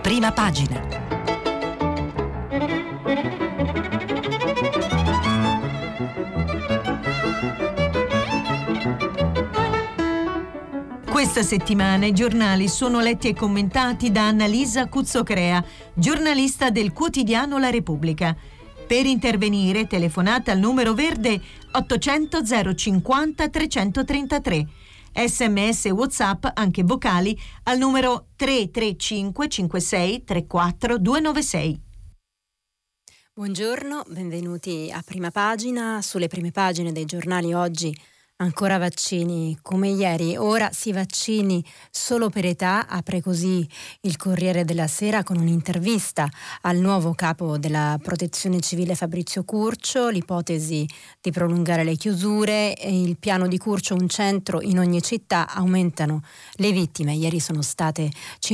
Prima pagina. Questa settimana i giornali sono letti e commentati da Annalisa Cuzzocrea, giornalista del quotidiano La Repubblica. Per intervenire telefonate al numero verde 800 050 333. SMS e WhatsApp, anche vocali, al numero 335 56 34 296. Buongiorno, benvenuti a Prima Pagina. Sulle prime pagine dei giornali oggi ancora vaccini come ieri, ora si vaccini solo per età, apre così il Corriere della Sera con un'intervista al nuovo capo della Protezione Civile Fabrizio Curcio, l'ipotesi di prolungare le chiusure, e il piano di Curcio, un centro in ogni città, aumentano le vittime, ieri sono state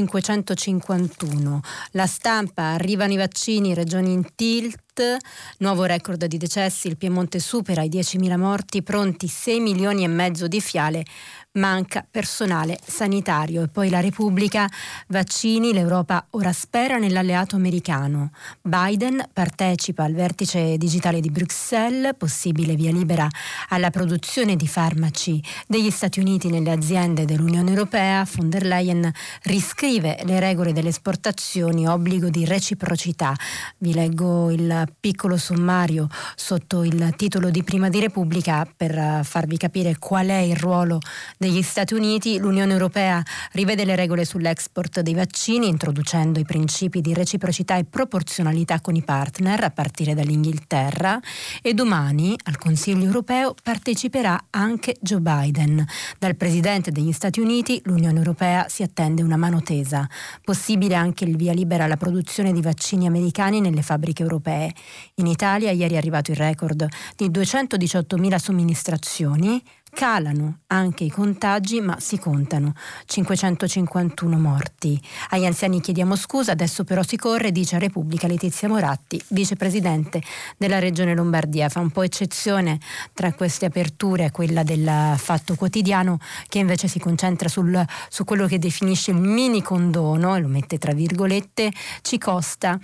551. La Stampa, arrivano i vaccini, regioni in tilt. Nuovo record di decessi, il Piemonte supera i 10.000 morti, pronti 6 milioni e mezzo di fiale, manca personale sanitario. E poi La Repubblica, vaccini, l'Europa ora spera nell'alleato americano. Biden partecipa al vertice digitale di Bruxelles, possibile via libera alla produzione di farmaci degli Stati Uniti nelle aziende dell'Unione Europea. Von der Leyen riscrive le regole delle esportazioni, obbligo di reciprocità. Vi leggo il piccolo sommario sotto il titolo di Prima di Repubblica per farvi capire qual è il ruolo degli Stati Uniti. L'Unione Europea rivede le regole sull'export dei vaccini, introducendo i principi di reciprocità e proporzionalità con i partner, a partire dall'Inghilterra, e domani al Consiglio europeo parteciperà anche Joe Biden. Dal Presidente degli Stati Uniti l'Unione Europea si attende una mano tesa. Possibile anche il via libera alla produzione di vaccini americani nelle fabbriche europee. In Italia ieri è arrivato il record di 218.000 somministrazioni. Calano anche i contagi, ma si contano 551 morti. Agli anziani chiediamo scusa, adesso però si corre, dice a Repubblica Letizia Moratti, vicepresidente della Regione Lombardia. Fa un po' eccezione tra queste aperture quella del Fatto Quotidiano, che invece si concentra su quello che definisce il mini condono, e lo mette tra virgolette, ci costa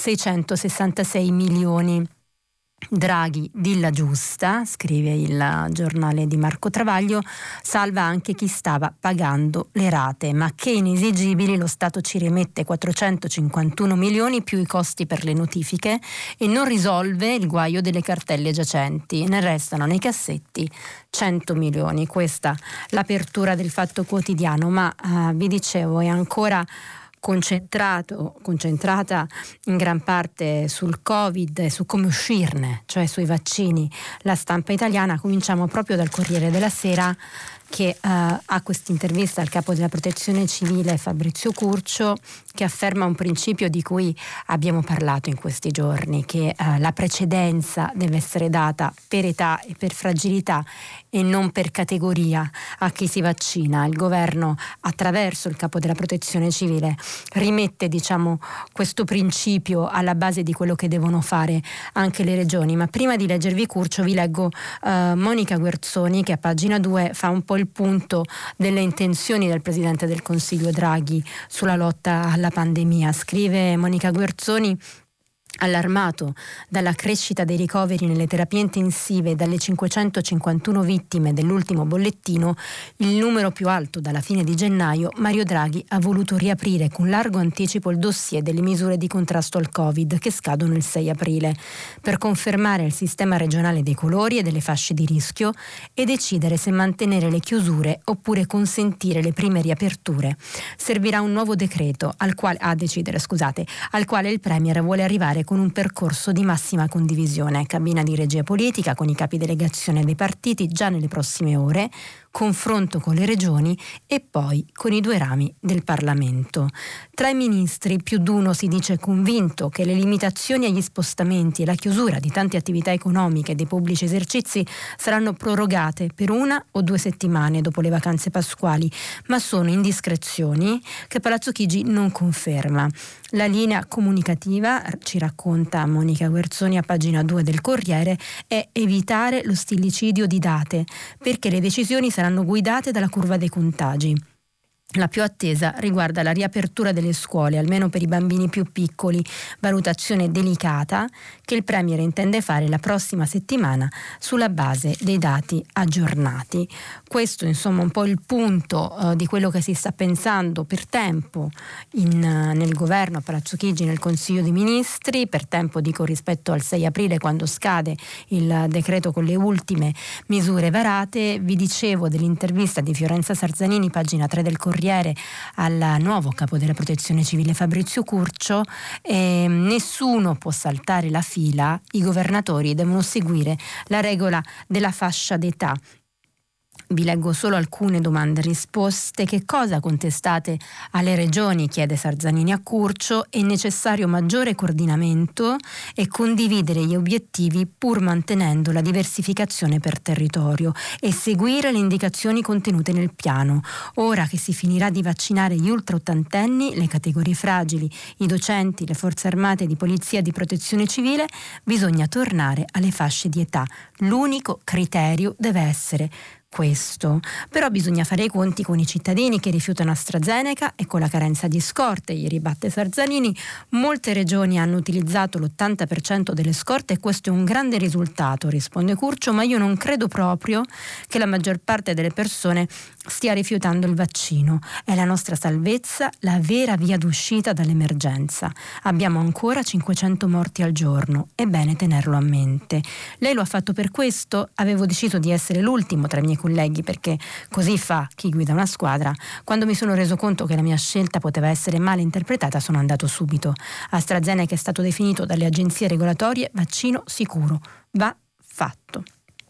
666 milioni. Draghi dilla giusta, scrive il giornale di Marco Travaglio, salva anche chi stava pagando le rate, ma che inesigibili, lo Stato ci rimette 451 milioni più i costi per le notifiche e non risolve il guaio delle cartelle giacenti, ne restano nei cassetti 100 milioni. Questa l'apertura del Fatto Quotidiano, ma vi dicevo è ancora concentrata in gran parte sul Covid e su come uscirne, cioè sui vaccini. La Stampa italiana, cominciamo proprio dal Corriere della Sera, che ha questa intervista al capo della Protezione Civile Fabrizio Curcio, che afferma un principio di cui abbiamo parlato in questi giorni, che la precedenza deve essere data per età e per fragilità e non per categoria a chi si vaccina. Il governo, attraverso il capo della Protezione Civile, rimette questo principio alla base di quello che devono fare anche le regioni. Ma prima di leggervi Curcio vi leggo Monica Guerzoni, che a pagina 2 fa un po' il punto delle intenzioni del Presidente del Consiglio Draghi sulla lotta alla pandemia. Scrive Monica Guerzoni: allarmato dalla crescita dei ricoveri nelle terapie intensive e dalle 551 vittime dell'ultimo bollettino, il numero più alto dalla fine di gennaio, Mario Draghi ha voluto riaprire con largo anticipo il dossier delle misure di contrasto al Covid che scadono il 6 aprile, per confermare il sistema regionale dei colori e delle fasce di rischio e decidere se mantenere le chiusure oppure consentire le prime riaperture. Servirà un nuovo decreto al quale il Premier vuole arrivare con un percorso di massima condivisione, cabina di regia politica con i capi delegazione dei partiti già nelle prossime ore, confronto con le regioni e poi con i due rami del Parlamento. Tra i ministri più d'uno si dice convinto che le limitazioni agli spostamenti e la chiusura di tante attività economiche e dei pubblici esercizi saranno prorogate per 1 o 2 settimane dopo le vacanze pasquali, ma sono indiscrezioni che Palazzo Chigi non conferma. La linea comunicativa, ci racconta Monica Guerzoni a pagina 2 del Corriere, è evitare lo stillicidio di date, perché le decisioni saranno guidate dalla curva dei contagi. La più attesa riguarda la riapertura delle scuole, almeno per i bambini più piccoli, valutazione delicata che il Premier intende fare la prossima settimana sulla base dei dati aggiornati. Questo insomma un po' il punto di quello che si sta pensando per tempo nel governo a Palazzo Chigi, nel Consiglio dei Ministri, per tempo dico rispetto al 6 aprile quando scade il decreto con le ultime misure varate. Vi dicevo dell'intervista di Fiorenza Sarzanini, pagina 3 del Corriere, al nuovo capo della Protezione Civile Fabrizio Curcio. Nessuno può saltare la fila, i governatori devono seguire la regola della fascia d'età. Vi leggo solo alcune domande e risposte. Che cosa contestate alle regioni? Chiede Sarzanini a Curcio. È necessario maggiore coordinamento e condividere gli obiettivi pur mantenendo la diversificazione per territorio e seguire le indicazioni contenute nel piano. Ora che si finirà di vaccinare gli ultraottantenni, le categorie fragili, i docenti, le forze armate di polizia e di protezione civile, bisogna tornare alle fasce di età. L'unico criterio deve essere questo. Però bisogna fare i conti con i cittadini che rifiutano AstraZeneca e con la carenza di scorte. Gli ribatte Sarzanini: molte regioni hanno utilizzato l'80% delle scorte e questo è un grande risultato, risponde Curcio, ma io non credo proprio che la maggior parte delle persone stia rifiutando il vaccino. È la nostra salvezza, la vera via d'uscita dall'emergenza. Abbiamo ancora 500 morti al giorno, è bene tenerlo a mente. Lei lo ha fatto per questo? Avevo deciso di essere l'ultimo tra i miei colleghi, perché così fa chi guida una squadra. Quando mi sono reso conto che la mia scelta poteva essere male interpretata, sono andato subito. AstraZeneca è stato definito dalle agenzie regolatorie vaccino sicuro. Va fatto.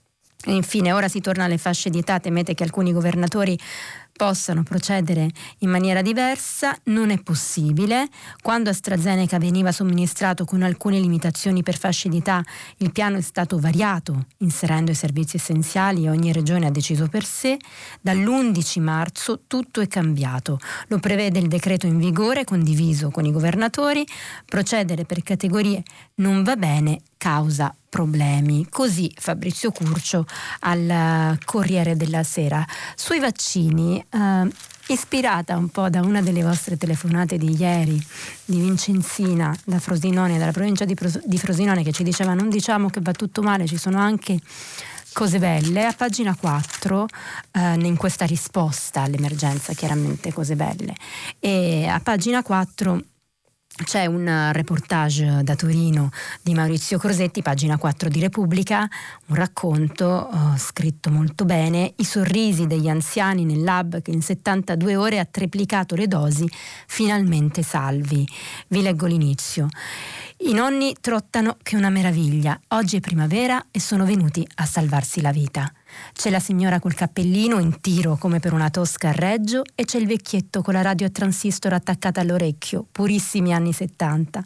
E infine, ora si torna alle fasce di età. Temete che alcuni governatori possano procedere in maniera diversa? Non è possibile. Quando AstraZeneca veniva somministrato con alcune limitazioni per fasce di età, il piano è stato variato, inserendo i servizi essenziali e ogni regione ha deciso per sé. Dall'11 marzo tutto è cambiato. Lo prevede il decreto in vigore, condiviso con i governatori. Procedere per categorie non va bene, causa problemi. Così Fabrizio Curcio al Corriere della Sera. Sui vaccini, ispirata un po' da una delle vostre telefonate di ieri di Vincenzina da Frosinone, dalla provincia di Frosinone, che ci diceva: non diciamo che va tutto male, ci sono anche cose belle. A pagina 4 in questa risposta all'emergenza, chiaramente cose belle, e a pagina 4 c'è un reportage da Torino di Maurizio Crosetti, pagina 4 di Repubblica, un racconto scritto molto bene, i sorrisi degli anziani nel lab che in 72 ore ha triplicato le dosi, finalmente salvi. Vi leggo l'inizio. I nonni trottano che è una meraviglia, oggi è primavera e sono venuti a salvarsi la vita. C'è la signora col cappellino in tiro come per una tosca a Reggio e c'è il vecchietto con la radio a transistor attaccata all'orecchio, purissimi anni 60,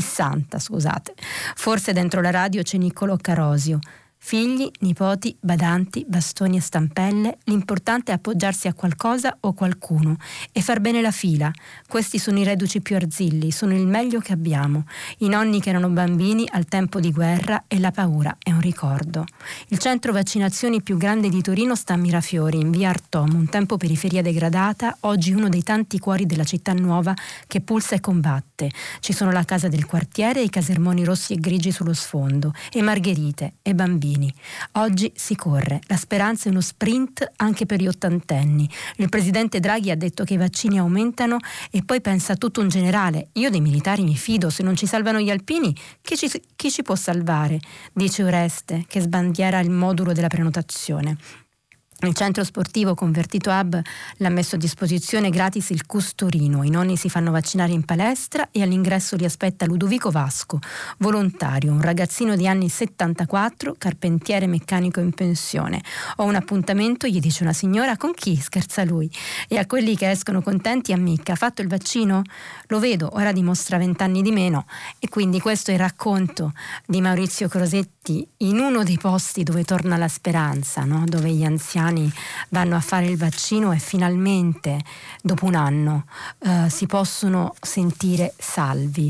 scusate. Forse dentro la radio c'è Niccolò Carosio. Figli, nipoti, badanti, bastoni e stampelle, l'importante è appoggiarsi a qualcosa o qualcuno e far bene la fila. Questi sono i reduci più arzilli, sono il meglio che abbiamo. I nonni che erano bambini al tempo di guerra e la paura è un ricordo. Il centro vaccinazioni più grande di Torino sta a Mirafiori, in via Artomo, un tempo periferia degradata, oggi uno dei tanti cuori della città nuova che pulsa e combatte. Ci sono la casa del quartiere e i casermoni rossi e grigi sullo sfondo, e margherite e bambini. Oggi si corre, la speranza è uno sprint anche per gli ottantenni. Il presidente Draghi ha detto che i vaccini aumentano e poi pensa a tutto un generale: io dei militari mi fido, se non ci salvano gli alpini chi ci può salvare? Dice Oreste, che sbandiera il modulo della prenotazione. Il centro sportivo convertito hub l'ha messo a disposizione gratis il CUS Torino. I nonni si fanno vaccinare in palestra e all'ingresso li aspetta Ludovico Vasco, volontario, un ragazzino di anni 74, carpentiere meccanico in pensione. Ho un appuntamento, gli dice una signora. Con chi? Scherza lui. E a quelli che escono contenti ammicca: ha fatto il vaccino? Lo vedo, ora dimostra 20 anni di meno. E quindi questo è il racconto di Maurizio Crosetti in uno dei posti dove torna la speranza, no? Dove gli anziani vanno a fare il vaccino e finalmente dopo un anno si possono sentire salvi.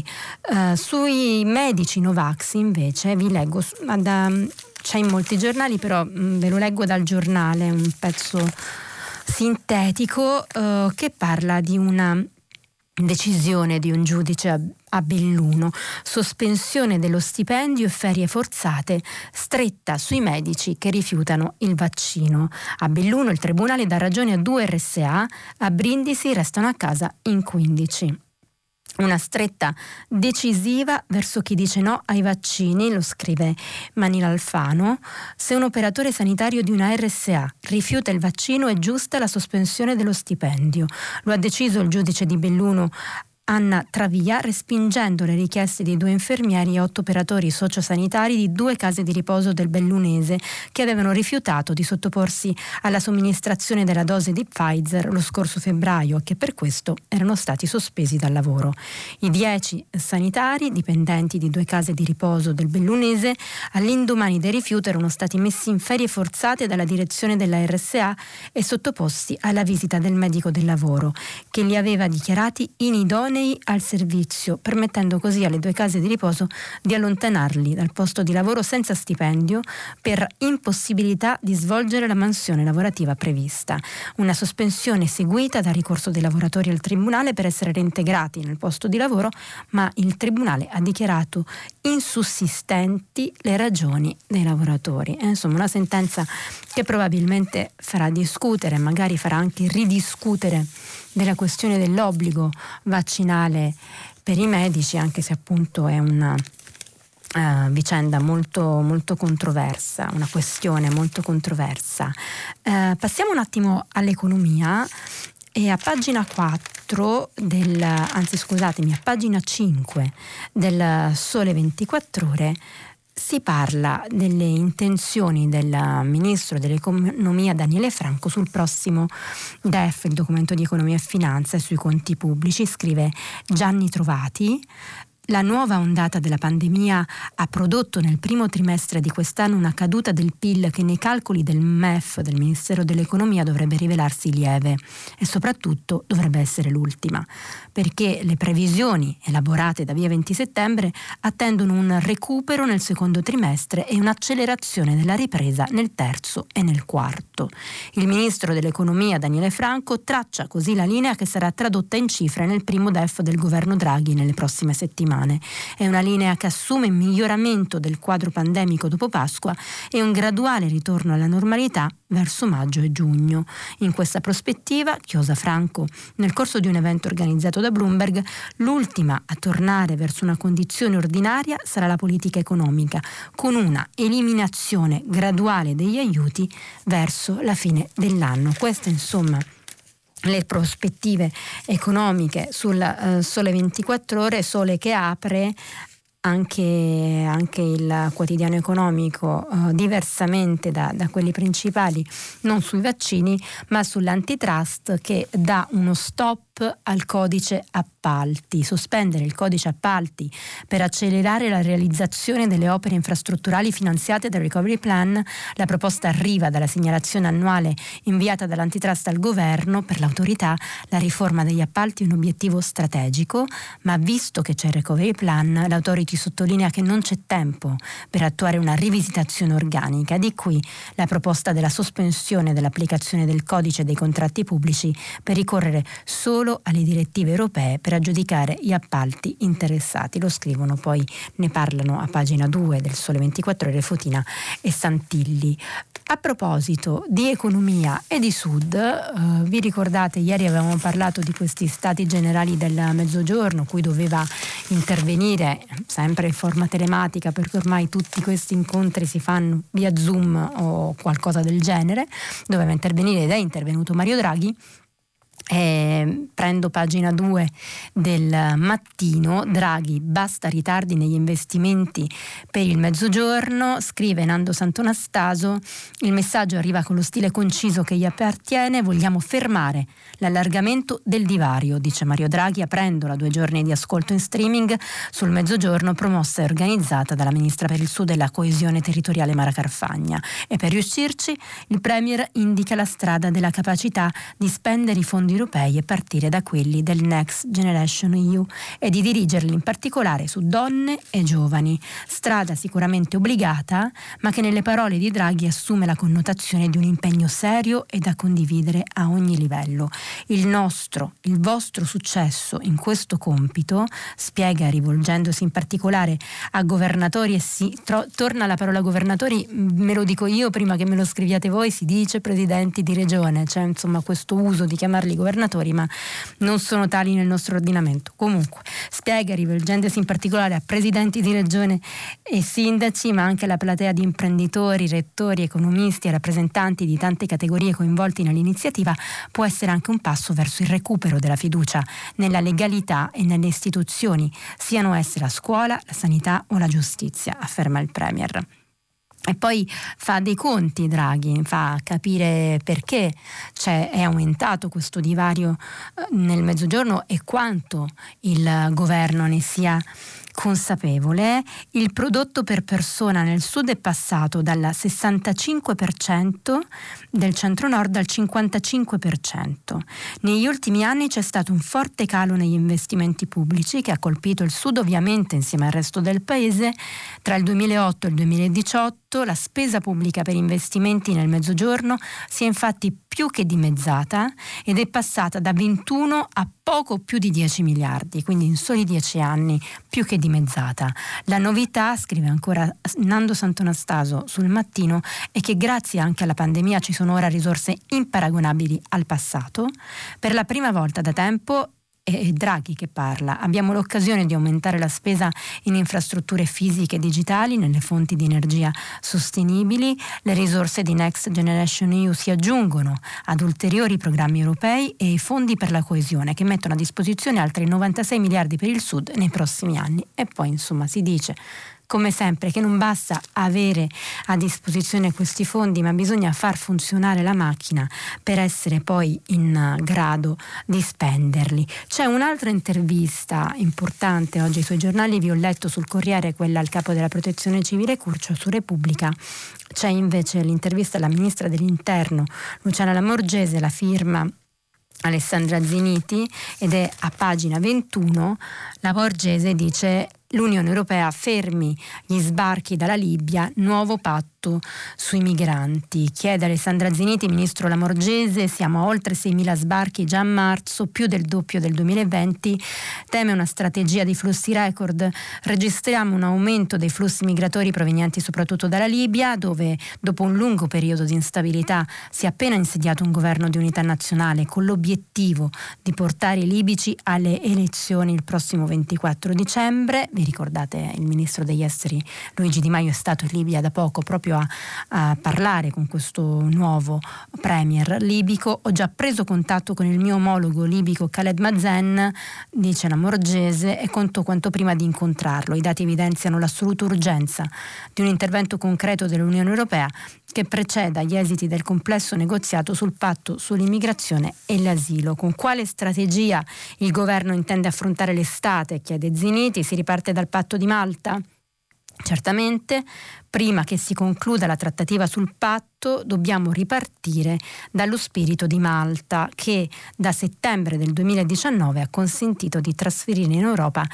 Sui medici Novax invece vi leggo, c'è in molti giornali, però ve lo leggo dal giornale, un pezzo sintetico che parla di una decisione di un giudice a Belluno: sospensione dello stipendio e ferie forzate, stretta sui medici che rifiutano il vaccino. A Belluno il tribunale dà ragione a 2 RSA, a Brindisi restano a casa in 15. Una stretta decisiva verso chi dice no ai vaccini, lo scrive Manila Alfano. Se un operatore sanitario di una RSA rifiuta il vaccino è giusta la sospensione dello stipendio. Lo ha deciso il giudice di Belluno Anna Travia, respingendo le richieste di 2 infermieri e 8 operatori sociosanitari di 2 case di riposo del bellunese che avevano rifiutato di sottoporsi alla somministrazione della dose di Pfizer lo scorso febbraio e che per questo erano stati sospesi dal lavoro. I 10 sanitari dipendenti di 2 case di riposo del bellunese all'indomani del rifiuto erano stati messi in ferie forzate dalla direzione della RSA e sottoposti alla visita del medico del lavoro, che li aveva dichiarati inidonei al servizio, permettendo così alle 2 case di riposo di allontanarli dal posto di lavoro senza stipendio per impossibilità di svolgere la mansione lavorativa prevista. Una sospensione seguita dal ricorso dei lavoratori al tribunale per essere reintegrati nel posto di lavoro, ma il tribunale ha dichiarato insussistenti le ragioni dei lavoratori. È insomma una sentenza che probabilmente farà discutere, magari farà anche ridiscutere della questione dell'obbligo vaccinale per i medici, anche se appunto è una vicenda molto, molto controversa, una questione molto controversa. Passiamo un attimo all'economia e a pagina 4 a pagina 5 del Sole 24 Ore si parla delle intenzioni del ministro dell'economia Daniele Franco sul prossimo DEF, il documento di economia e finanza, e sui conti pubblici. Scrive Gianni Trovati: la nuova ondata della pandemia ha prodotto nel primo trimestre di quest'anno una caduta del PIL che nei calcoli del MEF, del Ministero dell'Economia, dovrebbe rivelarsi lieve e soprattutto dovrebbe essere l'ultima, perché le previsioni elaborate da via 20 settembre attendono un recupero nel secondo trimestre e un'accelerazione della ripresa nel terzo e nel quarto. Il Ministro dell'Economia Daniele Franco traccia così la linea che sarà tradotta in cifre nel primo DEF del governo Draghi nelle prossime settimane. È una linea che assume un miglioramento del quadro pandemico dopo Pasqua e un graduale ritorno alla normalità verso maggio e giugno. In questa prospettiva, chiosa Franco nel corso di un evento organizzato da Bloomberg, l'ultima a tornare verso una condizione ordinaria sarà la politica economica, con una eliminazione graduale degli aiuti verso la fine dell'anno. Queste insomma le prospettive economiche sul Sole 24 Ore, Sole che apre anche il quotidiano economico diversamente da quelli principali, non sui vaccini ma sull'antitrust, che dà uno stop al codice appalti. Sospendere il codice appalti per accelerare la realizzazione delle opere infrastrutturali finanziate dal Recovery Plan. La proposta arriva dalla segnalazione annuale inviata dall'antitrust al governo. Per l'autorità la riforma degli appalti è un obiettivo strategico, ma visto che c'è il Recovery Plan, l'autority sottolinea che non c'è tempo per attuare una rivisitazione organica. Di qui la proposta della sospensione dell'applicazione del codice dei contratti pubblici per ricorrere solo alle direttive europee per aggiudicare gli appalti interessati. Lo scrivono, poi ne parlano a pagina 2 del Sole 24 Ore Fotina e Santilli. A proposito di economia e di Sud, vi ricordate ieri avevamo parlato di questi stati generali del Mezzogiorno, cui doveva intervenire sempre in forma telematica, perché ormai tutti questi incontri si fanno via Zoom o qualcosa del genere. Doveva intervenire ed è intervenuto Mario Draghi. Prendo pagina 2 del Mattino. Draghi, basta ritardi negli investimenti per il Mezzogiorno. Scrive Nando Santonastaso: il messaggio arriva con lo stile conciso che gli appartiene: vogliamo fermare l'allargamento del divario, dice Mario Draghi, aprendo la 2 giorni di ascolto in streaming sul Mezzogiorno, promossa e organizzata dalla ministra per il Sud e la coesione territoriale Mara Carfagna. E per riuscirci il Premier indica la strada della capacità di spendere i fondi europei e partire da quelli del Next Generation EU e di dirigerli in particolare su donne e giovani. Strada sicuramente obbligata, ma che nelle parole di Draghi assume la connotazione di un impegno serio e da condividere a ogni livello. Il vostro successo in questo compito, spiega rivolgendosi in particolare a governatori, e torna la parola governatori, me lo dico io prima che me lo scriviate voi, si dice presidenti di regione, c'è insomma questo uso di chiamarli governatori, ma non sono tali nel nostro ordinamento. Comunque spiega rivolgendosi in particolare a presidenti di regione e sindaci, ma anche alla platea di imprenditori, rettori, economisti e rappresentanti di tante categorie coinvolti nell'iniziativa, può essere anche un passo verso il recupero della fiducia nella legalità e nelle istituzioni, siano esse la scuola, la sanità o la giustizia, afferma il Premier. E poi fa dei conti Draghi, fa capire perché è aumentato questo divario nel Mezzogiorno e quanto il governo ne sia consapevole. Il prodotto per persona nel sud è passato dal 65% del centro-nord al 55%. Negli ultimi anni c'è stato un forte calo negli investimenti pubblici che ha colpito il sud ovviamente insieme al resto del paese. Tra il 2008 e il 2018 la spesa pubblica per investimenti nel Mezzogiorno si è infatti più che dimezzata ed è passata da 21 a poco più di 10 miliardi, quindi in soli 10 anni più che dimezzata. La novità, scrive ancora Nando Santonastaso sul Mattino, è che grazie anche alla pandemia ci sono ora risorse imparagonabili al passato. Per la prima volta da tempo è Draghi che parla. Abbiamo l'occasione di aumentare la spesa in infrastrutture fisiche e digitali, nelle fonti di energia sostenibili. Le risorse di Next Generation EU si aggiungono ad ulteriori programmi europei e i fondi per la coesione che mettono a disposizione altri 96 miliardi per il Sud nei prossimi anni. E poi insomma si dice, come sempre, che non basta avere a disposizione questi fondi, ma bisogna far funzionare la macchina per essere poi in grado di spenderli. C'è un'altra intervista importante oggi sui giornali, vi ho letto sul Corriere quella al capo della Protezione Civile Curcio, su Repubblica c'è invece l'intervista alla ministra dell'Interno Luciana Lamorgese, la firma Alessandra Ziniti, ed è a pagina 21. Lamorgese dice: l'Unione Europea fermi gli sbarchi dalla Libia, nuovo patto sui migranti. Chiede Alessandra Ziniti, ministro Lamorgese, siamo a oltre 6.000 sbarchi già a marzo, più del doppio del 2020, teme una strategia di flussi record, registriamo un aumento dei flussi migratori provenienti soprattutto dalla Libia, dove dopo un lungo periodo di instabilità si è appena insediato un governo di unità nazionale con l'obiettivo di portare i libici alle elezioni il prossimo 24 dicembre. Vi ricordate, il ministro degli esteri Luigi Di Maio è stato in Libia da poco proprio a parlare con questo nuovo premier libico. Ho già preso contatto con il mio omologo libico Khaled Mazen, dice Lamorgese, e conto quanto prima di incontrarlo. I dati evidenziano l'assoluta urgenza di un intervento concreto dell'Unione Europea che preceda gli esiti del complesso negoziato sul patto sull'immigrazione e l'asilo. Con quale strategia il governo intende affrontare l'estate? Chiede Ziniti. Si riparte dal patto di Malta? Certamente, prima che si concluda la trattativa sul patto dobbiamo ripartire dallo spirito di Malta, che da settembre del 2019 ha consentito di trasferire in Europa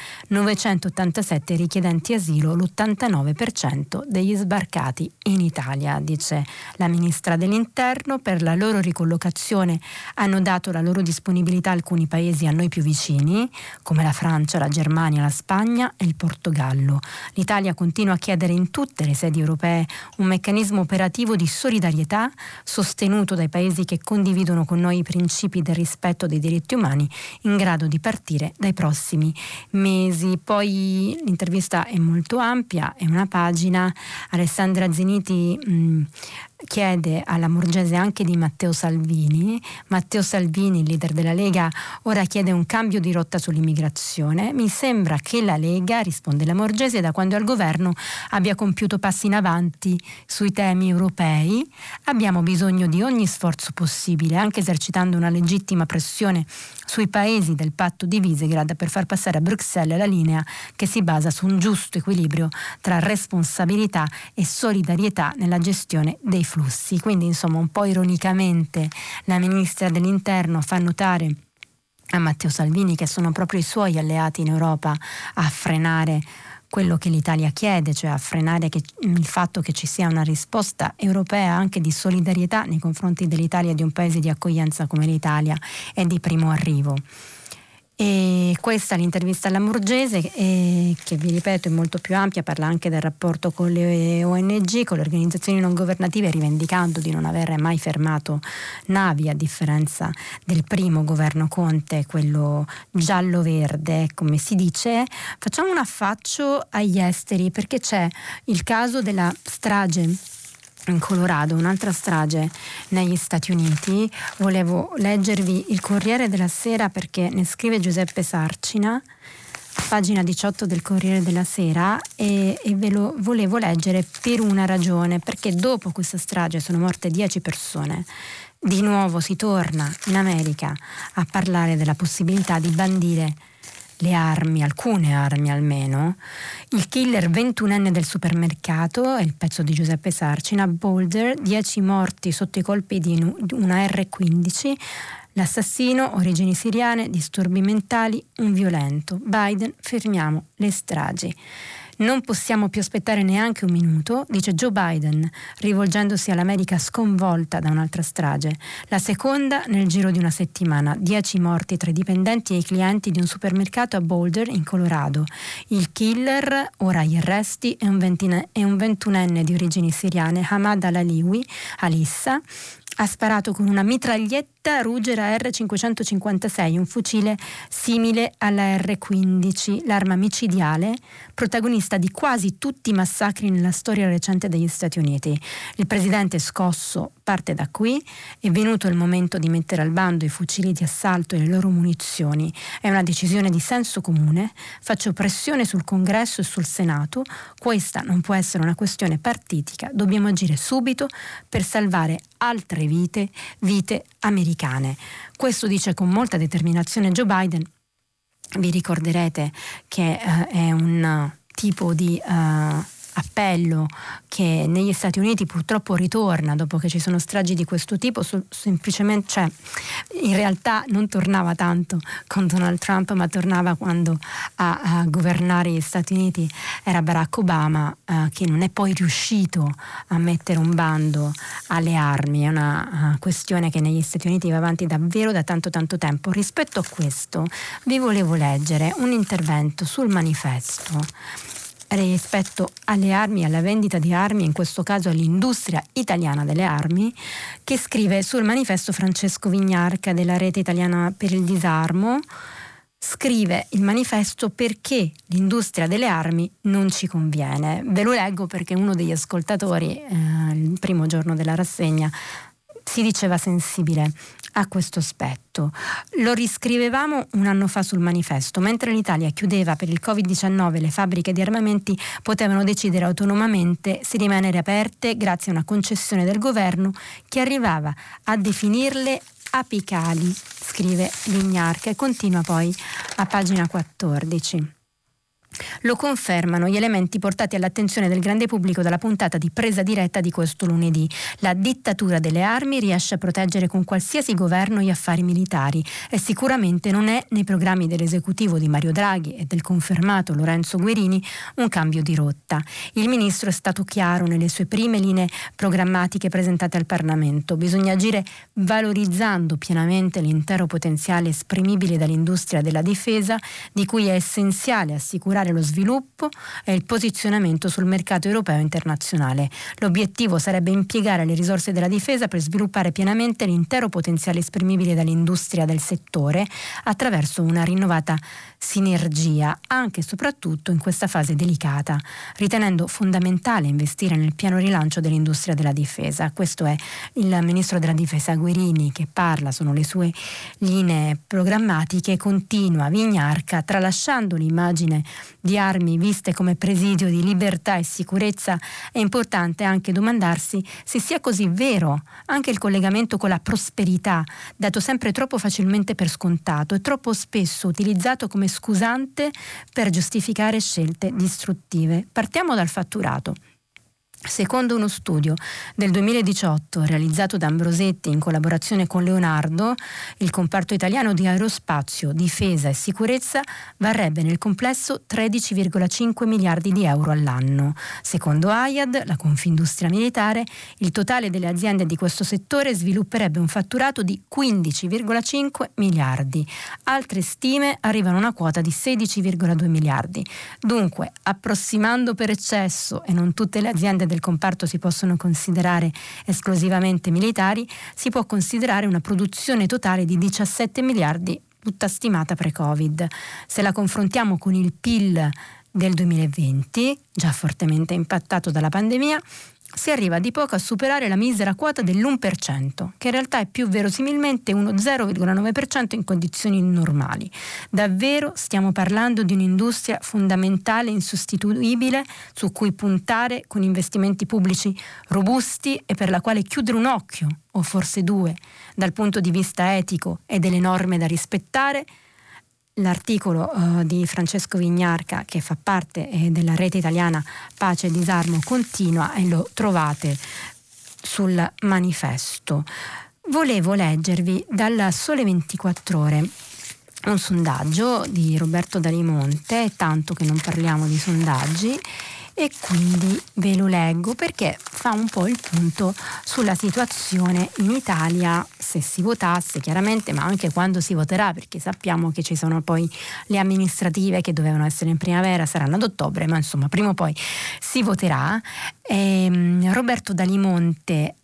987 richiedenti asilo, l'89% degli sbarcati in Italia, dice la ministra dell'Interno. Per la loro ricollocazione hanno dato la loro disponibilità alcuni paesi a noi più vicini, come la Francia, la Germania, la Spagna e il Portogallo. L'Italia continua a chiedere in tutte le sedi europee un meccanismo operativo di solidarietà sostenuto dai paesi che condividono con noi i principi del rispetto dei diritti umani, in grado di partire dai prossimi mesi. Poi l'intervista è molto ampia, è una pagina. Alessandra Ziniti chiede alla Lamorgese anche di Matteo Salvini. Matteo Salvini, il leader della Lega, ora chiede un cambio di rotta sull'immigrazione. Mi sembra che la Lega, risponde Lamorgese, da quando è al governo abbia compiuto passi in avanti sui temi europei. Abbiamo bisogno di ogni sforzo possibile, anche esercitando una legittima pressione sui paesi del patto di Visegrad, per far passare a Bruxelles la linea che si basa su un giusto equilibrio tra responsabilità e solidarietà nella gestione dei flussi. Quindi insomma un po' ironicamente la ministra dell'Interno fa notare a Matteo Salvini che sono proprio i suoi alleati in Europa a frenare quello che l'Italia chiede, cioè a frenare il fatto che ci sia una risposta europea anche di solidarietà nei confronti dell'Italia, di un paese di accoglienza come l'Italia e di primo arrivo. E questa è l'intervista alla Lamorgese, che vi ripeto è molto più ampia, parla anche del rapporto con le ONG, con le organizzazioni non governative, rivendicando di non aver mai fermato navi, a differenza del primo governo Conte, quello giallo-verde, come si dice. Facciamo un affaccio agli esteri, perché c'è il caso della strage in Colorado, un'altra strage negli Stati Uniti. Volevo leggervi il Corriere della Sera perché ne scrive Giuseppe Sarcina, pagina 18 del Corriere della Sera, e ve lo volevo leggere per una ragione, perché dopo questa strage sono morte 10 persone. Di nuovo si torna in America a parlare della possibilità di bandire le armi, alcune armi almeno. Il killer 21enne del supermercato, è il pezzo di Giuseppe Sarcina, Boulder, 10 morti sotto i colpi di una R15, l'assassino, origini siriane, disturbi mentali, un violento. Biden, fermiamo le stragi. Non possiamo più aspettare neanche un minuto, dice Joe Biden, rivolgendosi all'America sconvolta da un'altra strage. La seconda nel giro di una settimana. 10 morti tra i dipendenti e i clienti di un supermercato a Boulder, in Colorado. Il killer, ora agli arresti, è un 21enne di origini siriane, Hamad al-Aliwi, Alissa. Ha sparato con una mitraglietta Ruger R556, un fucile simile alla R15, l'arma micidiale, protagonista di quasi tutti i massacri nella storia recente degli Stati Uniti. Il presidente scosso parte da qui, è venuto il momento di mettere al bando i fucili di assalto e le loro munizioni. È una decisione di senso comune, faccio pressione sul Congresso e sul Senato, questa non può essere una questione partitica, dobbiamo agire subito per salvare altre vite americane. Questo dice con molta determinazione Joe Biden. Vi ricorderete che è un tipo di appello che negli Stati Uniti purtroppo ritorna dopo che ci sono stragi di questo tipo, semplicemente, cioè in realtà non tornava tanto con Donald Trump, ma tornava quando a governare gli Stati Uniti era Barack Obama, che non è poi riuscito a mettere un bando alle armi. È una questione che negli Stati Uniti va avanti davvero da tanto tempo. Rispetto a questo vi volevo leggere un intervento sul Manifesto rispetto alle armi, alla vendita di armi, in questo caso all'industria italiana delle armi, che scrive sul Manifesto Francesco Vignarca della Rete Italiana per il Disarmo. Scrive il Manifesto perché l'industria delle armi non ci conviene. Ve lo leggo perché uno degli ascoltatori, il primo giorno della rassegna, si diceva sensibile a questo aspetto. Lo riscrivevamo un anno fa sul Manifesto. Mentre l'Italia chiudeva per il Covid-19 le fabbriche di armamenti, potevano decidere autonomamente se rimanere aperte grazie a una concessione del governo che arrivava a definirle apicali, scrive Vignarca, e continua poi a pagina 14. Lo confermano gli elementi portati all'attenzione del grande pubblico dalla puntata di Presa Diretta di questo lunedì. La dittatura delle armi riesce a proteggere con qualsiasi governo gli affari militari e sicuramente non è nei programmi dell'esecutivo di Mario Draghi e del confermato Lorenzo Guerini un cambio di rotta. Il ministro è stato chiaro nelle sue prime linee programmatiche presentate al Parlamento. Bisogna agire valorizzando pienamente l'intero potenziale esprimibile dall'industria della difesa, di cui è essenziale assicurare lo sviluppo e il posizionamento sul mercato europeo e internazionale. L'obiettivo sarebbe impiegare le risorse della difesa per sviluppare pienamente l'intero potenziale esprimibile dall'industria del settore attraverso una rinnovata sinergia, anche e soprattutto in questa fase delicata, ritenendo fondamentale investire nel piano rilancio dell'industria della difesa. Questo è il ministro della difesa Guerini che parla, sono le sue linee programmatiche. Continua Vignarca, tralasciando l'immagine di armi viste come presidio di libertà e sicurezza, è importante anche domandarsi se sia così vero anche il collegamento con la prosperità, dato sempre troppo facilmente per scontato e troppo spesso utilizzato come scusante per giustificare scelte distruttive. Partiamo dal fatturato. Secondo uno studio del 2018 realizzato da Ambrosetti in collaborazione con Leonardo, il comparto italiano di aerospazio, difesa e sicurezza varrebbe nel complesso 13,5 miliardi di euro all'anno. Secondo AIAD, la Confindustria Militare, il totale delle aziende di questo settore svilupperebbe un fatturato di 15,5 miliardi. Altre stime arrivano a una quota di 16,2 miliardi. Dunque, approssimando per eccesso, e non tutte le aziende del comparto si possono considerare esclusivamente militari, si può considerare una produzione totale di 17 miliardi, tutta stimata pre-Covid. Se la confrontiamo con il PIL del 2020, già fortemente impattato dalla pandemia, si arriva di poco a superare la misera quota dell'1%, che in realtà è più verosimilmente uno 0,9% in condizioni normali. Davvero stiamo parlando di un'industria fondamentale e insostituibile su cui puntare con investimenti pubblici robusti e per la quale chiudere un occhio, o forse due, dal punto di vista etico e delle norme da rispettare. L'articolo di Francesco Vignarca, che fa parte della rete italiana Pace e Disarmo, continua e lo trovate sul manifesto. Volevo leggervi dal Sole 24 Ore un sondaggio di Roberto Dalimonte, tanto che non parliamo di sondaggi, e quindi ve lo leggo perché fa un po' il punto sulla situazione in Italia se si votasse, chiaramente, ma anche quando si voterà, perché sappiamo che ci sono poi le amministrative che dovevano essere in primavera, saranno ad ottobre, ma insomma prima o poi si voterà. Roberto Dalimonte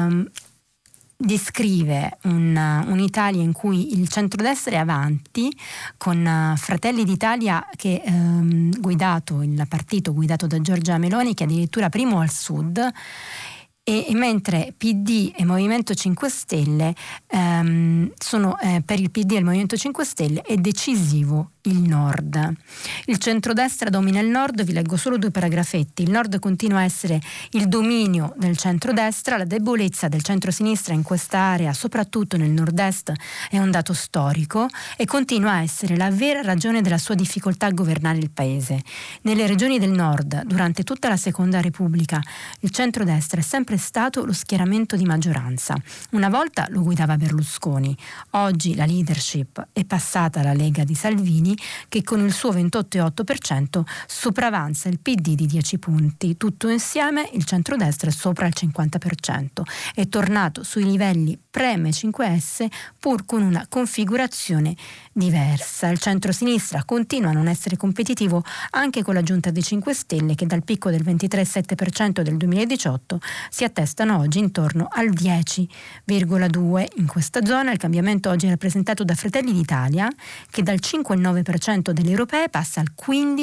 descrive un'Italia in cui il centrodestra è avanti, con Fratelli d'Italia che guidato, il partito guidato da Giorgia Meloni, che è addirittura primo al sud, e mentre PD e Movimento 5 Stelle sono per il PD e il Movimento 5 Stelle è decisivo il nord. Il centrodestra domina il nord, vi leggo solo due paragrafetti. Il nord continua a essere il dominio del centrodestra, la debolezza del centrosinistra in questa area, soprattutto nel nord-est, è un dato storico e continua a essere la vera ragione della sua difficoltà a governare il paese. Nelle regioni del nord, durante tutta la Seconda Repubblica, il centrodestra è sempre stato lo schieramento di maggioranza. Una volta lo guidava Berlusconi, oggi la leadership è passata alla Lega di Salvini, che con il suo 28,8% sopravanza il PD di 10 punti. Tutto insieme il centrodestra è sopra il 50%. È tornato sui livelli pre-M5S pur con una configurazione diversa. Il centrosinistra continua a non essere competitivo anche con l'aggiunta dei 5 Stelle, che dal picco del 23,7% del 2018 si attestano oggi intorno al 10,2%. In questa zona il cambiamento oggi è rappresentato da Fratelli d'Italia, che dal 5,9% delle europee passa al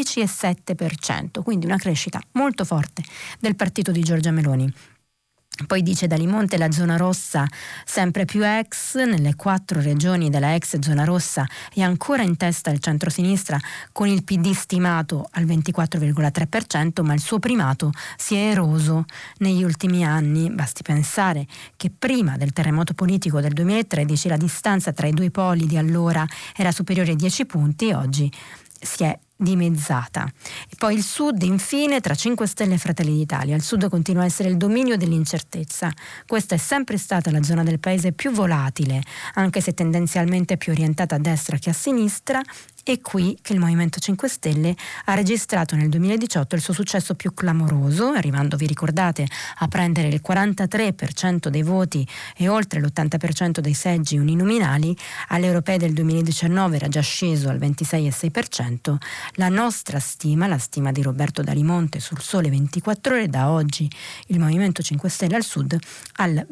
15,7%, quindi una crescita molto forte del partito di Giorgia Meloni. Poi dice Dalimonte, la zona rossa sempre più ex, nelle 4 regioni della ex zona rossa è ancora in testa il centrosinistra, con il PD stimato al 24,3%, ma il suo primato si è eroso negli ultimi anni. Basti pensare che prima del terremoto politico del 2013 la distanza tra i due poli di allora era superiore ai 10 punti e oggi si è dimezzata. E poi il sud, infine, tra 5 Stelle e Fratelli d'Italia. Il sud continua a essere il dominio dell'incertezza. Questa è sempre stata la zona del paese più volatile, anche se tendenzialmente più orientata a destra che a sinistra. È qui che il Movimento 5 Stelle ha registrato nel 2018 il suo successo più clamoroso, arrivando, vi ricordate, a prendere il 43% dei voti e oltre l'80% dei seggi uninominali. Alle europee del 2019 era già sceso al 26,6%. La nostra stima, la stima di Roberto Dalimonte sul Sole 24 Ore, da oggi il Movimento 5 Stelle al sud al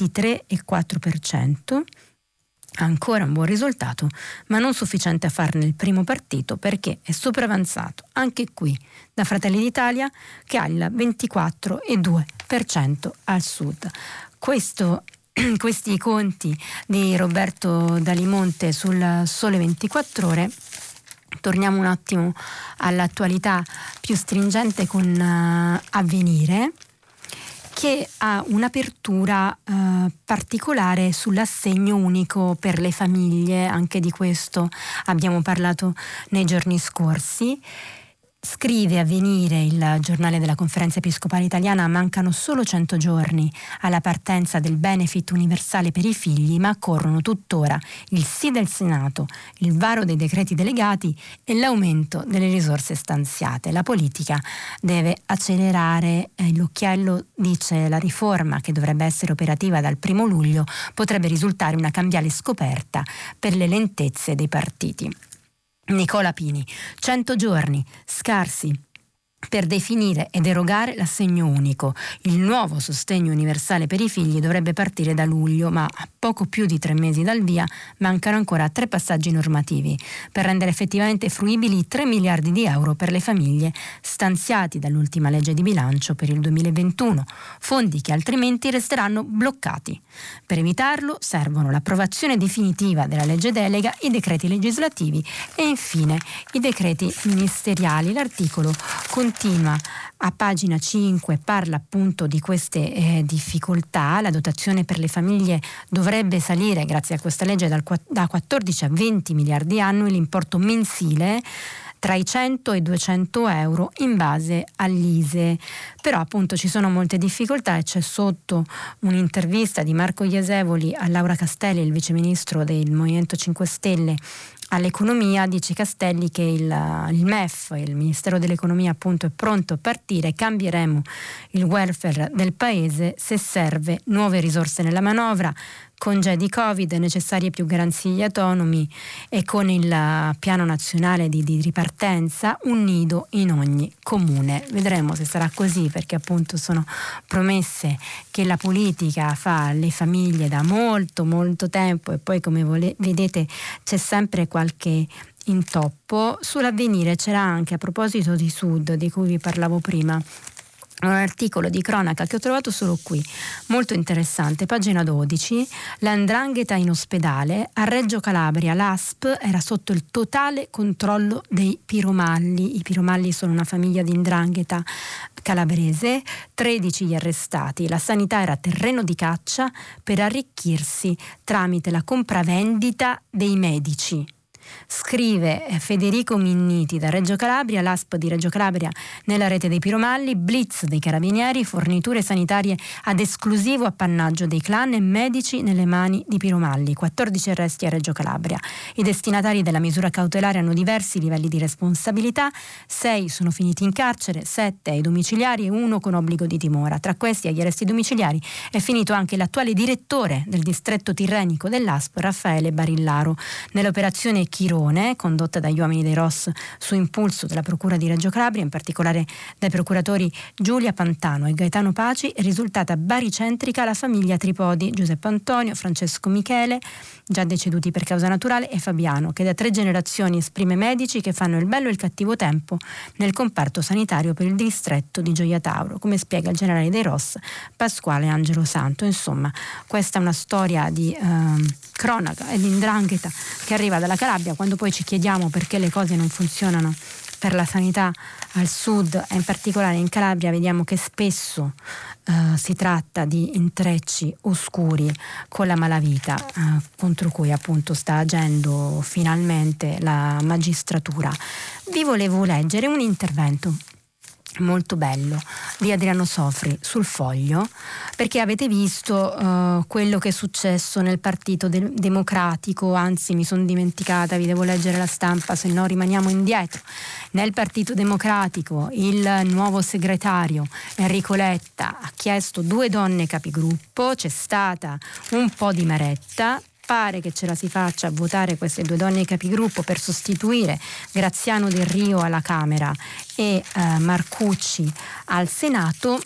23,4%. Ancora un buon risultato, ma non sufficiente a farne il primo partito, perché è sopravanzato anche qui da Fratelli d'Italia, che ha il 24,2% al sud. Questi conti di Roberto Dalimonte sul Sole 24 Ore. Torniamo un attimo all'attualità più stringente con Avvenire, che ha un'apertura particolare sull'assegno unico per le famiglie. Anche di questo abbiamo parlato nei giorni scorsi. Scrive Avvenire, il giornale della Conferenza Episcopale Italiana, mancano solo 100 giorni alla partenza del benefit universale per i figli, ma occorrono tuttora il sì del Senato, il varo dei decreti delegati e l'aumento delle risorse stanziate. La politica deve accelerare l'occhiello, dice la riforma, che dovrebbe essere operativa dal 1 luglio, potrebbe risultare una cambiale scoperta per le lentezze dei partiti. Nicola Pini, 100 giorni scarsi per definire ed erogare l'assegno unico. Il nuovo sostegno universale per i figli dovrebbe partire da luglio, ma a poco più di 3 mesi dal via mancano ancora 3 passaggi normativi per rendere effettivamente fruibili i 3 miliardi di euro per le famiglie stanziati dall'ultima legge di bilancio per il 2021, fondi che altrimenti resteranno bloccati. Per evitarlo servono l'approvazione definitiva della legge delega, i decreti legislativi e infine i decreti ministeriali. L'articolo continua a pagina 5, parla appunto di queste difficoltà. La dotazione per le famiglie dovrebbe salire grazie a questa legge da 14 a 20 miliardi annui, l'importo mensile tra i 100 e 200 euro in base all'ISEE. Però appunto ci sono molte difficoltà e c'è sotto un'intervista di Marco Iasevoli a Laura Castelli, il viceministro del Movimento 5 Stelle all'economia. Dice Castelli che il MEF, il Ministero dell'Economia appunto, è pronto a partire, cambieremo il welfare del paese se serve nuove risorse nella manovra, congedi Covid, necessarie più garanzie agli autonomi e con il piano nazionale di ripartenza un nido in ogni comune. Vedremo se sarà così, perché appunto sono promesse che la politica fa alle famiglie da molto molto tempo e poi, come vedete, c'è sempre qualche intoppo. Sull'Avvenire c'era anche, a proposito di Sud, di cui vi parlavo prima, un articolo di cronaca che ho trovato solo qui, molto interessante, pagina 12, l''ndrangheta in ospedale, a Reggio Calabria l'ASP era sotto il totale controllo dei piromalli. I piromalli sono una famiglia di 'ndrangheta calabrese, 13 gli arrestati. La sanità era terreno di caccia per arricchirsi tramite la compravendita dei medici. Scrive Federico Minniti da Reggio Calabria, l'ASP di Reggio Calabria nella rete dei piromalli, blitz dei carabinieri, forniture sanitarie ad esclusivo appannaggio dei clan e medici nelle mani di piromalli, 14 arresti a Reggio Calabria. I destinatari della misura cautelare hanno diversi livelli di responsabilità, 6 sono finiti in carcere, 7 ai domiciliari e 1 con obbligo di dimora. Tra questi, agli arresti domiciliari è finito anche l'attuale direttore del distretto tirrenico dell'ASP, Raffaele Barillaro. Nell'operazione Chirone, condotta dagli uomini dei Ross su impulso della Procura di Reggio Calabria, in particolare dai procuratori Giulia Pantano e Gaetano Paci, è risultata baricentrica la famiglia Tripodi, Giuseppe Antonio, Francesco Michele, già deceduti per causa naturale, e Fabiano, che da 3 generazioni esprime medici che fanno il bello e il cattivo tempo nel comparto sanitario per il distretto di Gioia Tauro, come spiega il generale dei Ross Pasquale Angelo Santo. Insomma, questa è una storia di cronaca e di 'ndrangheta che arriva dalla Calabria, quando poi ci chiediamo perché le cose non funzionano per la sanità al sud e in particolare in Calabria. Vediamo che spesso si tratta di intrecci oscuri con la malavita, contro cui appunto sta agendo finalmente la magistratura. Vi volevo leggere un intervento molto bello di Adriano Sofri sul Foglio, perché avete visto quello che è successo nel Partito Democratico, anzi mi sono dimenticata, vi devo leggere la stampa, se no rimaniamo indietro. Nel Partito Democratico il nuovo segretario Enrico Letta ha chiesto 2 donne capigruppo, c'è stata un po' di maretta. Pare che ce la si faccia a votare queste 2 donne capigruppo per sostituire Graziano Del Rio alla Camera e Marcucci al Senato.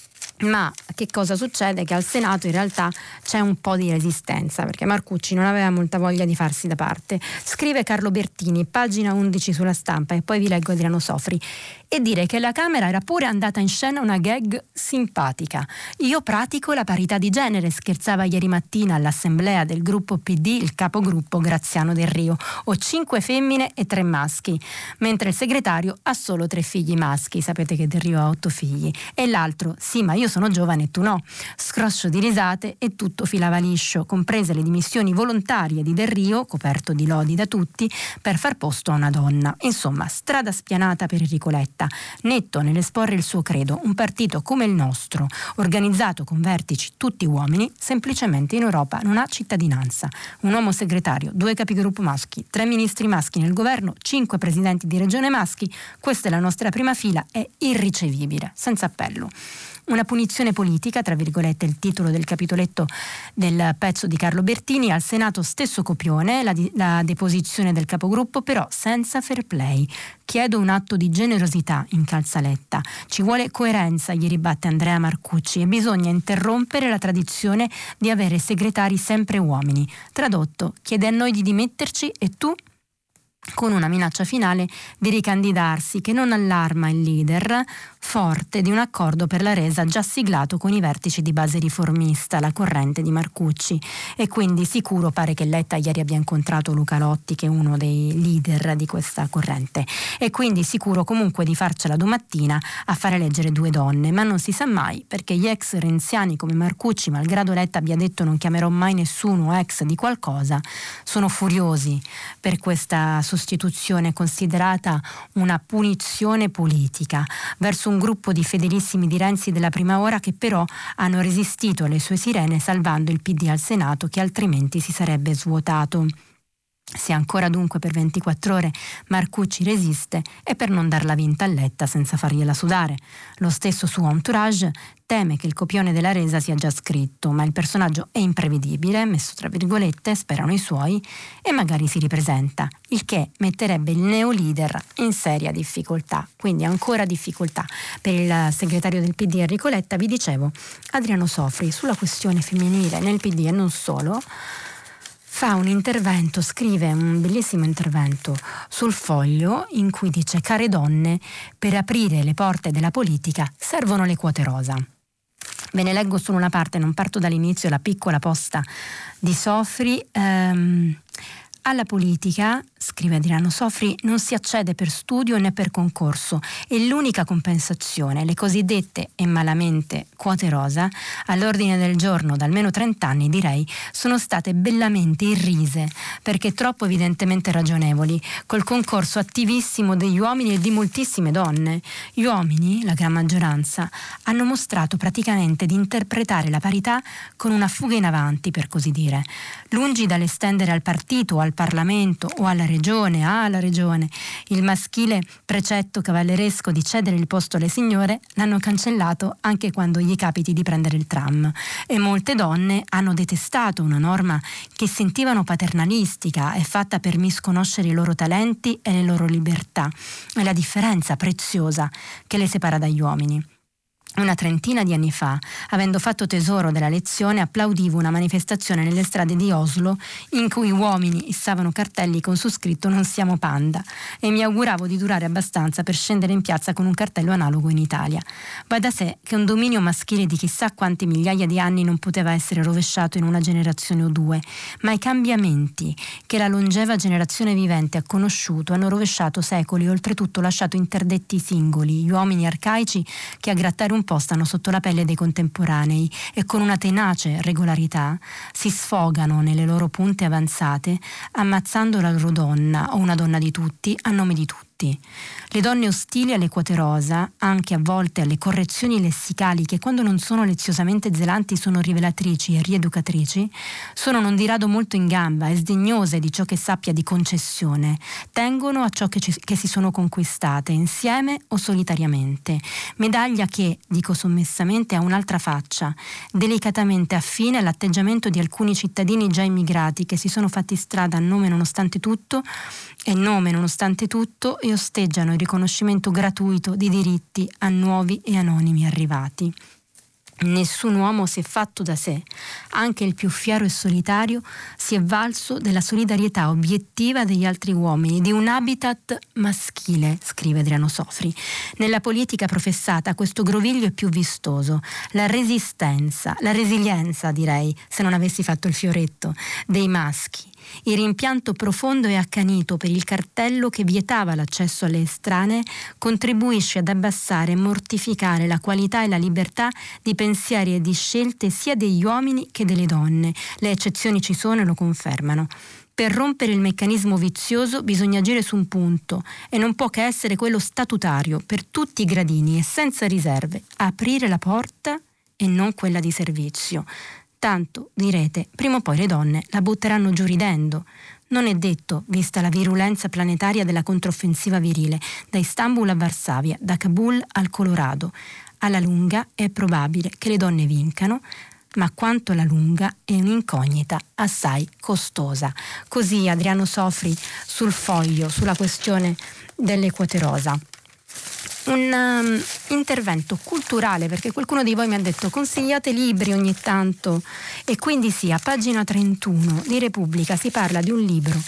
Ma che cosa succede? Che al Senato in realtà c'è un po' di resistenza, perché Marcucci non aveva molta voglia di farsi da parte. Scrive Carlo Bertini, pagina 11 sulla Stampa, e poi vi leggo Adriano Sofri. E dire che la Camera era pure andata in scena una gag simpatica. Io pratico la parità di genere, scherzava ieri mattina all'assemblea del gruppo PD il capogruppo Graziano Del Rio. Ho 5 femmine e 3 maschi, mentre il segretario ha solo 3 figli maschi. Sapete che Del Rio ha 8 figli. E l'altro, sì, ma io sono giovane e tu no. Scroscio di risate e tutto filava liscio, comprese le dimissioni volontarie di Del Rio, coperto di lodi da tutti, per far posto a una donna. Insomma, strada spianata per Enrico Letta, netto nell'esporre il suo credo, un partito come il nostro, organizzato con vertici tutti uomini, semplicemente in Europa non ha cittadinanza. Un uomo segretario, 2 capigruppo maschi, 3 ministri maschi nel governo, 5 presidenti di regione maschi, questa è la nostra prima fila, è irricevibile, senza appello. Una punizione politica, tra virgolette il titolo del capitoletto del pezzo di Carlo Bertini, al Senato stesso copione, la deposizione del capogruppo, però senza fair play. Chiedo un atto di generosità, incalza Letta. Ci vuole coerenza, gli ribatte Andrea Marcucci, e bisogna interrompere la tradizione di avere segretari sempre uomini. Tradotto, chiede a noi di dimetterci e tu? Con una minaccia finale di ricandidarsi che non allarma il leader, forte di un accordo per la resa già siglato con i vertici di base riformista, la corrente di Marcucci. E quindi sicuro pare che Letta ieri abbia incontrato Luca Lotti, che è uno dei leader di questa corrente, e quindi sicuro comunque di farcela domattina a fare eleggere 2 donne, ma non si sa mai, perché gli ex renziani come Marcucci, malgrado Letta abbia detto non chiamerò mai nessuno ex di qualcosa, sono furiosi per questa sostituzione considerata una punizione politica verso un gruppo di fedelissimi di Renzi della prima ora, che però hanno resistito alle sue sirene salvando il PD al Senato, che altrimenti si sarebbe svuotato. Se ancora dunque per 24 ore Marcucci resiste, è per non darla vinta a Letta senza fargliela sudare. Lo stesso suo entourage teme che il copione della resa sia già scritto, ma il personaggio è imprevedibile, messo tra virgolette, sperano i suoi, e magari si ripresenta, il che metterebbe il neoleader in seria difficoltà. Quindi ancora difficoltà per il segretario del PD Enrico Letta. Vi dicevo, Adriano Sofri sulla questione femminile nel PD e non solo, fa un intervento, scrive un bellissimo intervento sul Foglio in cui dice: care donne, per aprire le porte della politica servono le quote rosa. Ve ne leggo solo una parte, non parto dall'inizio, la piccola posta di Sofri. Alla politica, scrive Adriano Sofri, non si accede per studio né per concorso e l'unica compensazione, le cosiddette e malamente quote rosa, all'ordine del giorno da almeno 30 anni direi, sono state bellamente irrise perché troppo evidentemente ragionevoli, col concorso attivissimo degli uomini e di moltissime donne. Gli uomini, la gran maggioranza, hanno mostrato praticamente di interpretare la parità con una fuga in avanti, per così dire, lungi dall'estendere al partito o al Parlamento o alla regione, il maschile precetto cavalleresco di cedere il posto alle signore l'hanno cancellato anche quando gli capiti di prendere il tram, e molte donne hanno detestato una norma che sentivano paternalistica e fatta per misconoscere i loro talenti e le loro libertà e la differenza preziosa che le separa dagli uomini. Una trentina di anni fa, avendo fatto tesoro della lezione, applaudivo una manifestazione nelle strade di Oslo in cui uomini issavano cartelli con su scritto "Non siamo panda", e mi auguravo di durare abbastanza per scendere in piazza con un cartello analogo in Italia. Va da sé che un dominio maschile di chissà quanti migliaia di anni non poteva essere rovesciato in una generazione o 2, ma i cambiamenti che la longeva generazione vivente ha conosciuto hanno rovesciato secoli e oltretutto lasciato interdetti i singoli, gli uomini arcaici che a grattare un po' stanno sotto la pelle dei contemporanei e con una tenace regolarità si sfogano nelle loro punte avanzate, ammazzando la loro donna o una donna di tutti a nome di tutti. Le donne ostili alle quote rosa, anche a volte alle correzioni lessicali che quando non sono leziosamente zelanti sono rivelatrici e rieducatrici, sono non di rado molto in gamba e sdegnose di ciò che sappia di concessione, tengono a ciò che si sono conquistate, insieme o solitariamente. Medaglia che, dico sommessamente, ha un'altra faccia, delicatamente affine all'atteggiamento di alcuni cittadini già immigrati che si sono fatti strada a nome nonostante tutto e osteggiano il riconoscimento gratuito di diritti a nuovi e anonimi arrivati. Nessun uomo si è fatto da sé, anche il più fiero e solitario si è valso della solidarietà obiettiva degli altri uomini, di un habitat maschile, scrive Adriano Sofri. Nella politica professata questo groviglio è più vistoso, la resilienza direi, se non avessi fatto il fioretto, dei maschi. Il rimpianto profondo e accanito per il cartello che vietava l'accesso alle estranee contribuisce ad abbassare e mortificare la qualità e la libertà di pensieri e di scelte sia degli uomini che delle donne. Le eccezioni ci sono e lo confermano. Per rompere il meccanismo vizioso bisogna agire su un punto e non può che essere quello statutario per tutti i gradini e senza riserve, aprire la porta e non quella di servizio. Tanto, direte, prima o poi le donne la butteranno giù ridendo. Non è detto, vista la virulenza planetaria della controffensiva virile, da Istanbul a Varsavia, da Kabul al Colorado. Alla lunga è probabile che le donne vincano, ma quanto alla lunga è un'incognita assai costosa. Così Adriano Sofri sul Foglio, sulla questione delle quote rosa. Un intervento culturale, perché qualcuno di voi mi ha detto consigliate libri ogni tanto, e quindi sì, a pagina 31 di Repubblica si parla di un libro.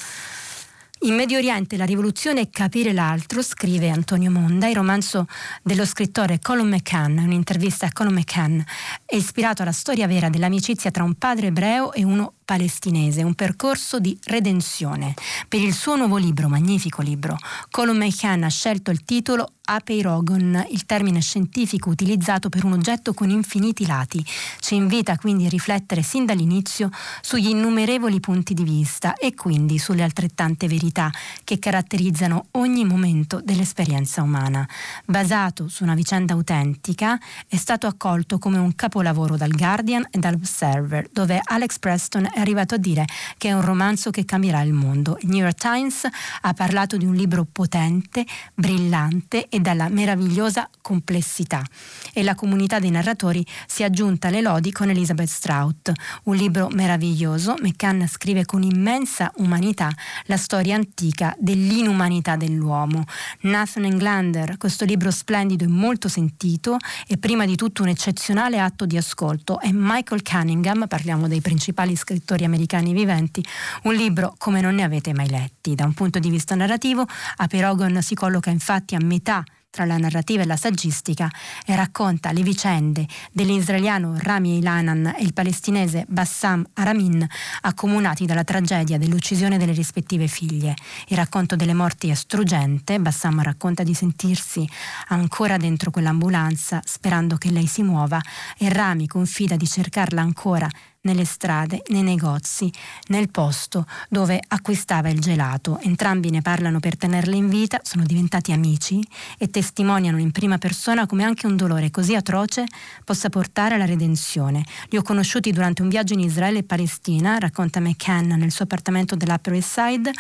In Medio Oriente la rivoluzione è capire l'altro, scrive Antonio Monda, il romanzo dello scrittore Colum McCann, un'intervista a Colum McCann, è ispirato alla storia vera dell'amicizia tra un padre ebreo e uno palestinese, un percorso di redenzione. Per il suo nuovo libro, magnifico libro, Colum McCann ha scelto il titolo apeirogon, il termine scientifico utilizzato per un oggetto con infiniti lati. Ci invita quindi a riflettere sin dall'inizio sugli innumerevoli punti di vista e quindi sulle altrettante verità che caratterizzano ogni momento dell'esperienza umana. Basato su una vicenda autentica, è stato accolto come un capolavoro dal Guardian e dall'Observer, dove Alex Preston è arrivato a dire che è un romanzo che cambierà il mondo. Il New York Times ha parlato di un libro potente, brillante e dalla meravigliosa complessità, e la comunità dei narratori si è aggiunta alle lodi con Elizabeth Strout. Un libro meraviglioso. McCann scrive con immensa umanità la storia antica dell'inumanità dell'uomo. Nathan Englander, questo libro splendido e molto sentito, è prima di tutto un eccezionale atto di ascolto, e Michael Cunningham, parliamo dei principali scrittori americani viventi, un libro come non ne avete mai letti. Da un punto di vista narrativo, Apeirogon si colloca infatti a metà tra la narrativa e la saggistica e racconta le vicende dell'israeliano Rami Eilanan e il palestinese Bassam Aramin, accomunati dalla tragedia dell'uccisione delle rispettive figlie. Il racconto delle morti è struggente. Bassam racconta di sentirsi ancora dentro quell'ambulanza sperando che lei si muova, e Rami confida di cercarla ancora nelle strade, nei negozi, nel posto dove acquistava il gelato. Entrambi ne parlano per tenerla in vita, sono diventati amici e testimoniano in prima persona come anche un dolore così atroce possa portare alla redenzione. Li ho conosciuti durante un viaggio in Israele e Palestina, racconta McCann nel suo appartamento dell'Upper East Side,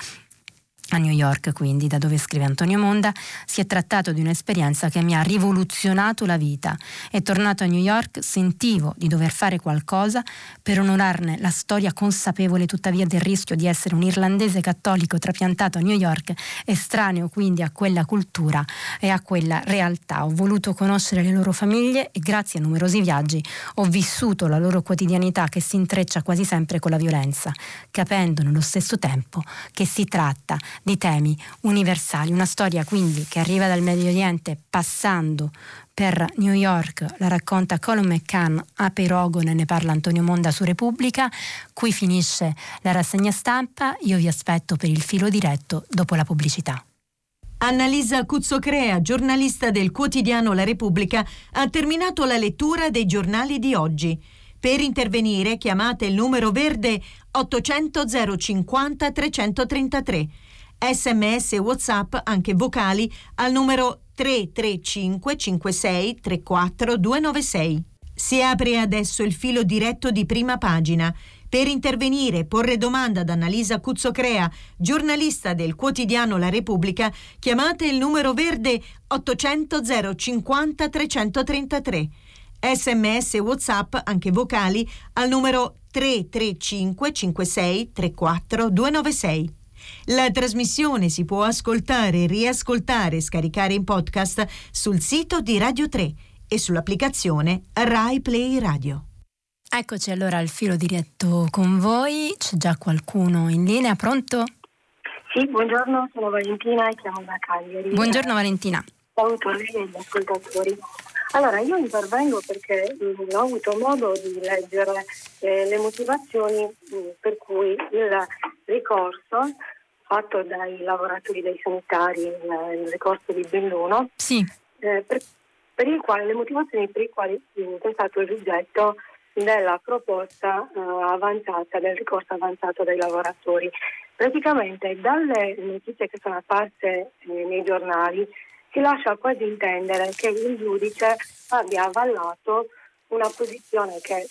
a New York, quindi, da dove scrive Antonio Monda. Si è trattato di un'esperienza che mi ha rivoluzionato la vita. È tornato a New York, sentivo di dover fare qualcosa per onorarne la storia, consapevole tuttavia del rischio di essere un irlandese cattolico trapiantato a New York, estraneo quindi a quella cultura e a quella realtà. Ho voluto conoscere le loro famiglie e grazie a numerosi viaggi ho vissuto la loro quotidianità, che si intreccia quasi sempre con la violenza, capendo nello stesso tempo che si tratta di temi universali. Una storia quindi che arriva dal Medio Oriente passando per New York. La racconta Colum McCann, Apeirogon, e ne parla Antonio Monda su Repubblica. Qui finisce la rassegna stampa. Io vi aspetto per il filo diretto dopo la pubblicità. Annalisa Cuzzocrea, giornalista del quotidiano La Repubblica, ha terminato la lettura dei giornali di oggi. Per intervenire chiamate il numero verde 800 050 333. SMS e WhatsApp, anche vocali, al numero 335 56 34 296. Si apre adesso il filo diretto di Prima Pagina. Per intervenire e porre domanda ad Annalisa Cuzzocrea, giornalista del quotidiano La Repubblica, chiamate il numero verde 800 050 333. SMS e WhatsApp, anche vocali, al numero 335 56 34 296. La trasmissione si può ascoltare, riascoltare e scaricare in podcast sul sito di Radio 3 e sull'applicazione Rai Play Radio. Eccoci allora al filo diretto con voi, c'è già qualcuno in linea, pronto? Sì, buongiorno, sono Valentina e chiamo da Cagliari. Buongiorno Valentina. Saluto lei e gli ascoltatori. Allora, io intervengo perché ho avuto modo di leggere le motivazioni per cui il ricorso fatto dai lavoratori dei sanitari, il ricorso di Belluno, sì. Per il quale, le motivazioni per le quali è stato il rigetto della proposta avanzata, del ricorso avanzato dai lavoratori. Praticamente dalle notizie che sono apparse nei giornali si lascia quasi intendere che il giudice abbia avallato una posizione che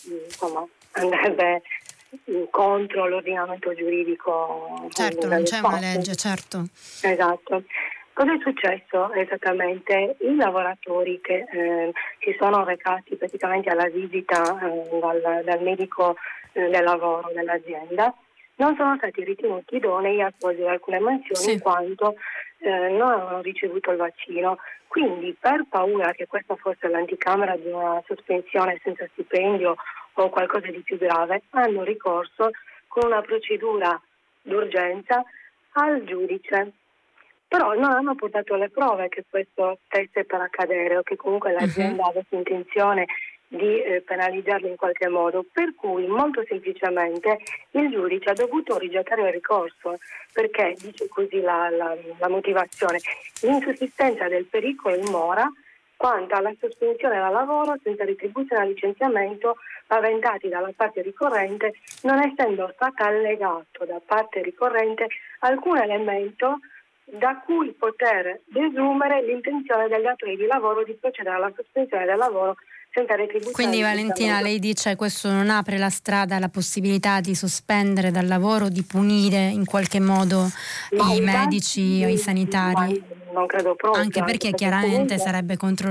andrebbe contro l'ordinamento giuridico. Certo, non c'è una legge, certo. Esatto. Cosa è successo esattamente? I lavoratori che si sono recati praticamente alla visita dal medico del lavoro dell'azienda non sono stati ritenuti idonei a svolgere alcune mansioni in quanto non avevano ricevuto il vaccino. Quindi, per paura che questa fosse l'anticamera di una sospensione senza stipendio o qualcosa di più grave, hanno ricorso con una procedura d'urgenza al giudice. Però non hanno portato le prove che questo stesse per accadere o che comunque l'azienda avesse intenzione di penalizzarli in qualche modo, per cui molto semplicemente il giudice ha dovuto rigettare il ricorso perché, dice così la motivazione, l'insussistenza del pericolo in mora quanto alla sospensione dal lavoro senza retribuzione al licenziamento paventati dalla parte ricorrente, non essendo stato allegato da parte ricorrente alcun elemento da cui poter desumere l'intenzione del datore di lavoro di procedere alla sospensione del lavoro senza retribuzione. Quindi Valentina, lei dice questo non apre la strada alla possibilità di sospendere dal lavoro, di punire in qualche modo i medici o i sanitari? Non credo proprio. Anche perché chiaramente sarebbe contro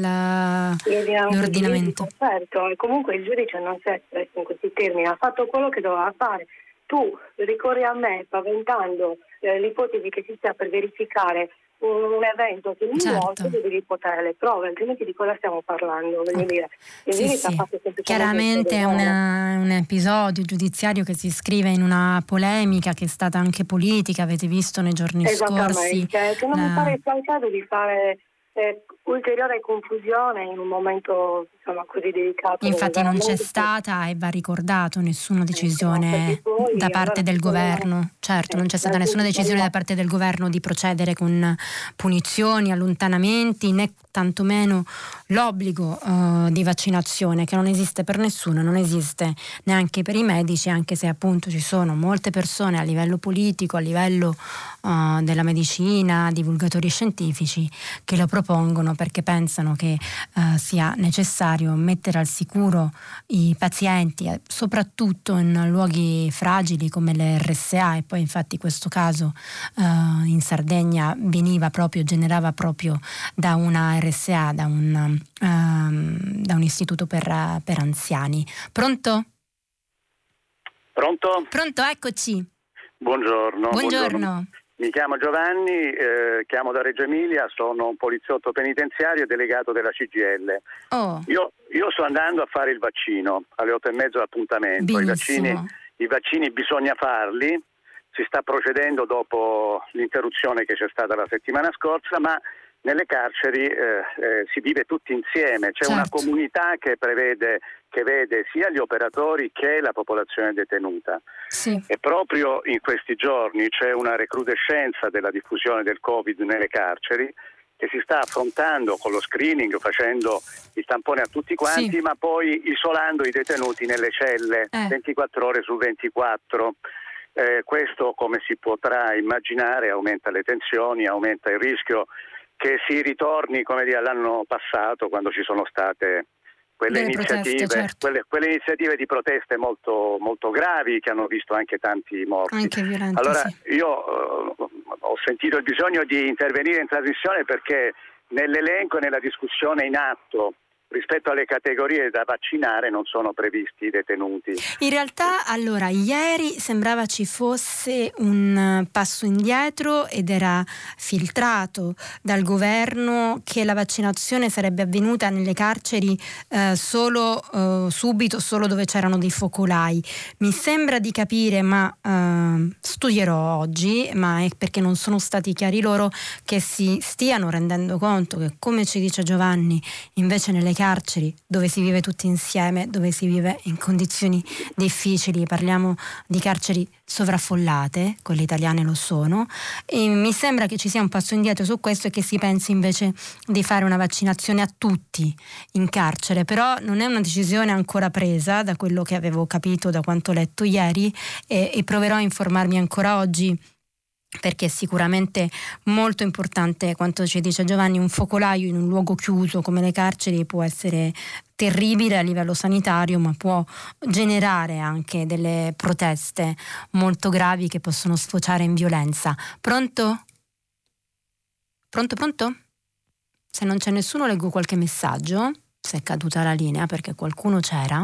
l'ordinamento. Certo, e comunque il giudice non si è espresso in questi termini, ha fatto quello che doveva fare. Tu ricorri a me paventando l'ipotesi che si stia per verificare un evento che tu devi riportare le prove, altrimenti di cosa stiamo parlando? Voglio dire, chiaramente è un episodio giudiziario che si iscrive in una polemica che è stata anche politica, avete visto nei giorni scorsi. Che non mi pare il caso di fare ulteriore confusione in un momento così delicato. Infatti non c'è stata e va ricordato nessuna decisione da parte del governo. Certo, non c'è stata nessuna decisione da parte del governo di procedere con punizioni, allontanamenti, né tantomeno l'obbligo di vaccinazione, che non esiste per nessuno, non esiste neanche per i medici, anche se appunto ci sono molte persone a livello politico, a livello della medicina, divulgatori scientifici che lo propongono perché pensano che sia necessario mettere al sicuro i pazienti, soprattutto in luoghi fragili come le RSA, e poi infatti questo caso in Sardegna generava proprio da una RSA, da un istituto per anziani. Pronto? Pronto, eccoci. Buongiorno. Mi chiamo Giovanni, chiamo da Reggio Emilia, sono un poliziotto penitenziario e delegato della CGIL. Io sto andando a fare il vaccino alle 8:30 l'appuntamento. I vaccini bisogna farli, si sta procedendo dopo l'interruzione che c'è stata la settimana scorsa, ma nelle carceri si vive tutti insieme, c'è una comunità che vede sia gli operatori che la popolazione detenuta. E proprio in questi giorni c'è una recrudescenza della diffusione del Covid nelle carceri che si sta affrontando con lo screening, facendo il tampone a tutti quanti, ma poi isolando i detenuti nelle celle 24 ore su 24. Questo, come si potrà immaginare, aumenta le tensioni, aumenta il rischio che si ritorni all'anno passato, quando ci sono state quelle iniziative, quelle iniziative di proteste molto, molto gravi che hanno visto anche tanti morti. Anche violenti, allora io ho sentito il bisogno di intervenire in trasmissione perché nell'elenco e nella discussione in atto rispetto alle categorie da vaccinare non sono previsti detenuti. In realtà, allora, ieri sembrava ci fosse un passo indietro ed era filtrato dal governo che la vaccinazione sarebbe avvenuta nelle carceri subito, solo dove c'erano dei focolai. Mi sembra di capire, ma studierò oggi, ma è perché non sono stati chiari loro, che si stiano rendendo conto che, come ci dice Giovanni, invece nelle carceri dove si vive tutti insieme, dove si vive in condizioni difficili, parliamo di carceri sovraffollate, quelle italiane lo sono, e mi sembra che ci sia un passo indietro su questo e che si pensi invece di fare una vaccinazione a tutti in carcere, però non è una decisione ancora presa, da quello che avevo capito, da quanto ho letto ieri, e proverò a informarmi ancora oggi, perché è sicuramente molto importante quanto ci dice Giovanni. Un focolaio in un luogo chiuso come le carceri può essere terribile a livello sanitario, ma può generare anche delle proteste molto gravi che possono sfociare in violenza. Pronto? Pronto? Se non c'è nessuno leggo qualche messaggio, se è caduta la linea perché qualcuno c'era.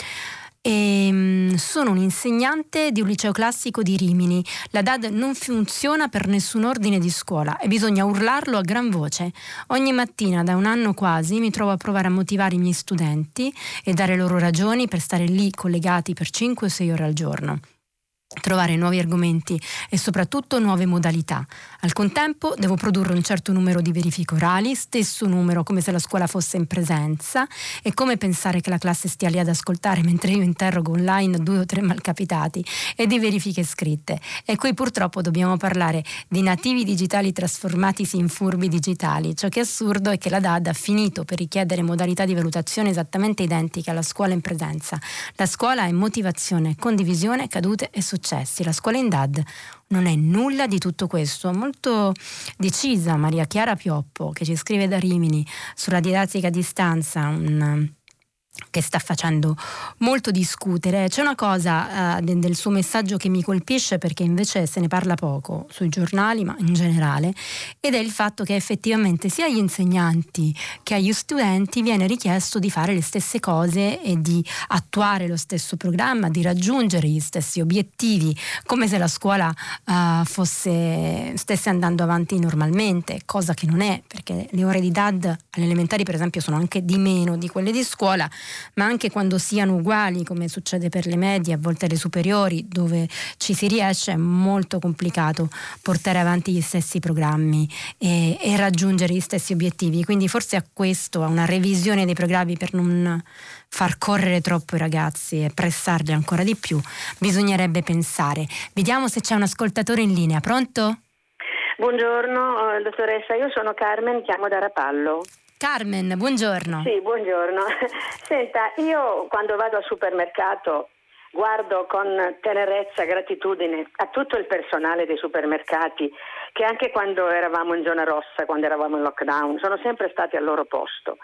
Sono un insegnante di un liceo classico di Rimini. La DAD non funziona per nessun ordine di scuola e bisogna urlarlo a gran voce. Ogni mattina da un anno quasi mi trovo a provare a motivare i miei studenti e dare loro ragioni per stare lì collegati per 5 o 6 ore al giorno. Trovare nuovi argomenti e soprattutto nuove modalità. Al contempo devo produrre un certo numero di verifiche orali, stesso numero come se la scuola fosse in presenza, e come pensare che la classe stia lì ad ascoltare mentre io interrogo online 2 o 3 malcapitati, e di verifiche scritte. E qui purtroppo dobbiamo parlare di nativi digitali trasformatisi in furbi digitali. Ciò che è assurdo è che la DAD ha finito per richiedere modalità di valutazione esattamente identiche alla scuola in presenza. La scuola è motivazione, condivisione, cadute e successi. La scuola in DAD non è nulla di tutto questo. Molto decisa Maria Chiara Pioppo, che ci scrive da Rimini sulla didattica a distanza, che sta facendo molto discutere. C'è una cosa del suo messaggio che mi colpisce, perché invece se ne parla poco sui giornali, ma in generale, ed è il fatto che effettivamente sia agli insegnanti che agli studenti viene richiesto di fare le stesse cose e di attuare lo stesso programma, di raggiungere gli stessi obiettivi, come se la scuola stesse andando avanti normalmente, cosa che non è, perché le ore di DAD alle elementari per esempio sono anche di meno di quelle di scuola, ma anche quando siano uguali, come succede per le medie, a volte le superiori, dove ci si riesce, è molto complicato portare avanti gli stessi programmi e raggiungere gli stessi obiettivi. Quindi forse a questo, a una revisione dei programmi per non far correre troppo i ragazzi e pressarli ancora di più, bisognerebbe pensare. Vediamo se c'è un ascoltatore in linea. Pronto? Buongiorno dottoressa, io sono Carmen, chiamo da Rapallo. Carmen, buongiorno. Sì, buongiorno. Senta, io quando vado al supermercato guardo con tenerezza e gratitudine a tutto il personale dei supermercati, che anche quando eravamo in zona rossa, quando eravamo in lockdown, sono sempre stati al loro posto.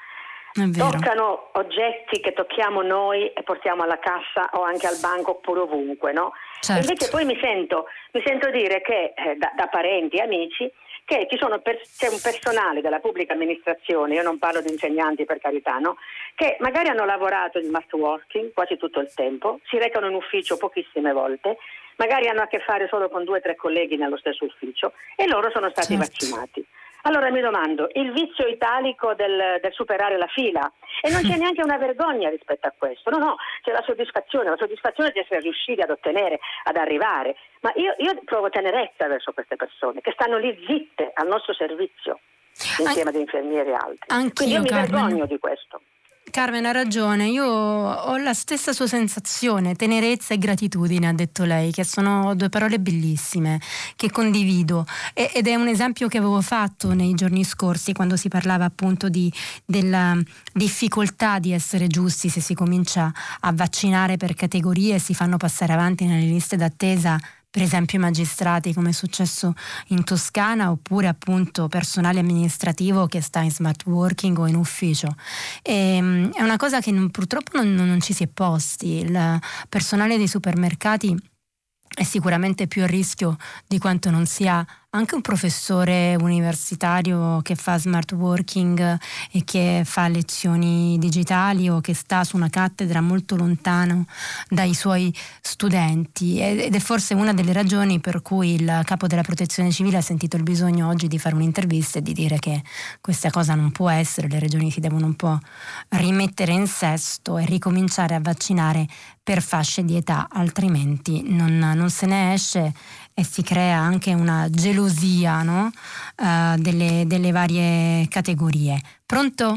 Toccano oggetti che tocchiamo noi e portiamo alla cassa o anche al banco oppure ovunque, no? Certo. Invece poi mi sento dire che da parenti e amici che c'è un personale della pubblica amministrazione, io non parlo di insegnanti per carità, no? Che magari hanno lavorato in smart working quasi tutto il tempo, si recano in ufficio pochissime volte, magari hanno a che fare solo con 2 o 3 colleghi nello stesso ufficio e loro sono stati vaccinati. Allora mi domando, il vizio italico del superare la fila, e non c'è neanche una vergogna rispetto a questo, no, c'è la soddisfazione di essere riusciti ad ottenere, ad arrivare, ma io provo tenerezza verso queste persone che stanno lì zitte al nostro servizio insieme ad infermieri e altri. Quindi io mi vergogno di questo. Carmen ha ragione, io ho la stessa sua sensazione, tenerezza e gratitudine, ha detto lei, che sono 2 parole bellissime che condivido, ed è un esempio che avevo fatto nei giorni scorsi quando si parlava appunto della difficoltà di essere giusti se si comincia a vaccinare per categorie e si fanno passare avanti nelle liste d'attesa, per esempio i magistrati, come è successo in Toscana, oppure appunto personale amministrativo che sta in smart working o in ufficio. È una cosa che purtroppo non ci si è posti. Il personale dei supermercati è sicuramente più a rischio di quanto non sia anche un professore universitario che fa smart working e che fa lezioni digitali o che sta su una cattedra molto lontano dai suoi studenti, ed è forse una delle ragioni per cui il capo della Protezione Civile ha sentito il bisogno oggi di fare un'intervista e di dire che questa cosa non può essere, le regioni si devono un po' rimettere in sesto e ricominciare a vaccinare per fasce di età, altrimenti non se ne esce e si crea anche una gelosia, no? Delle varie categorie. Pronto?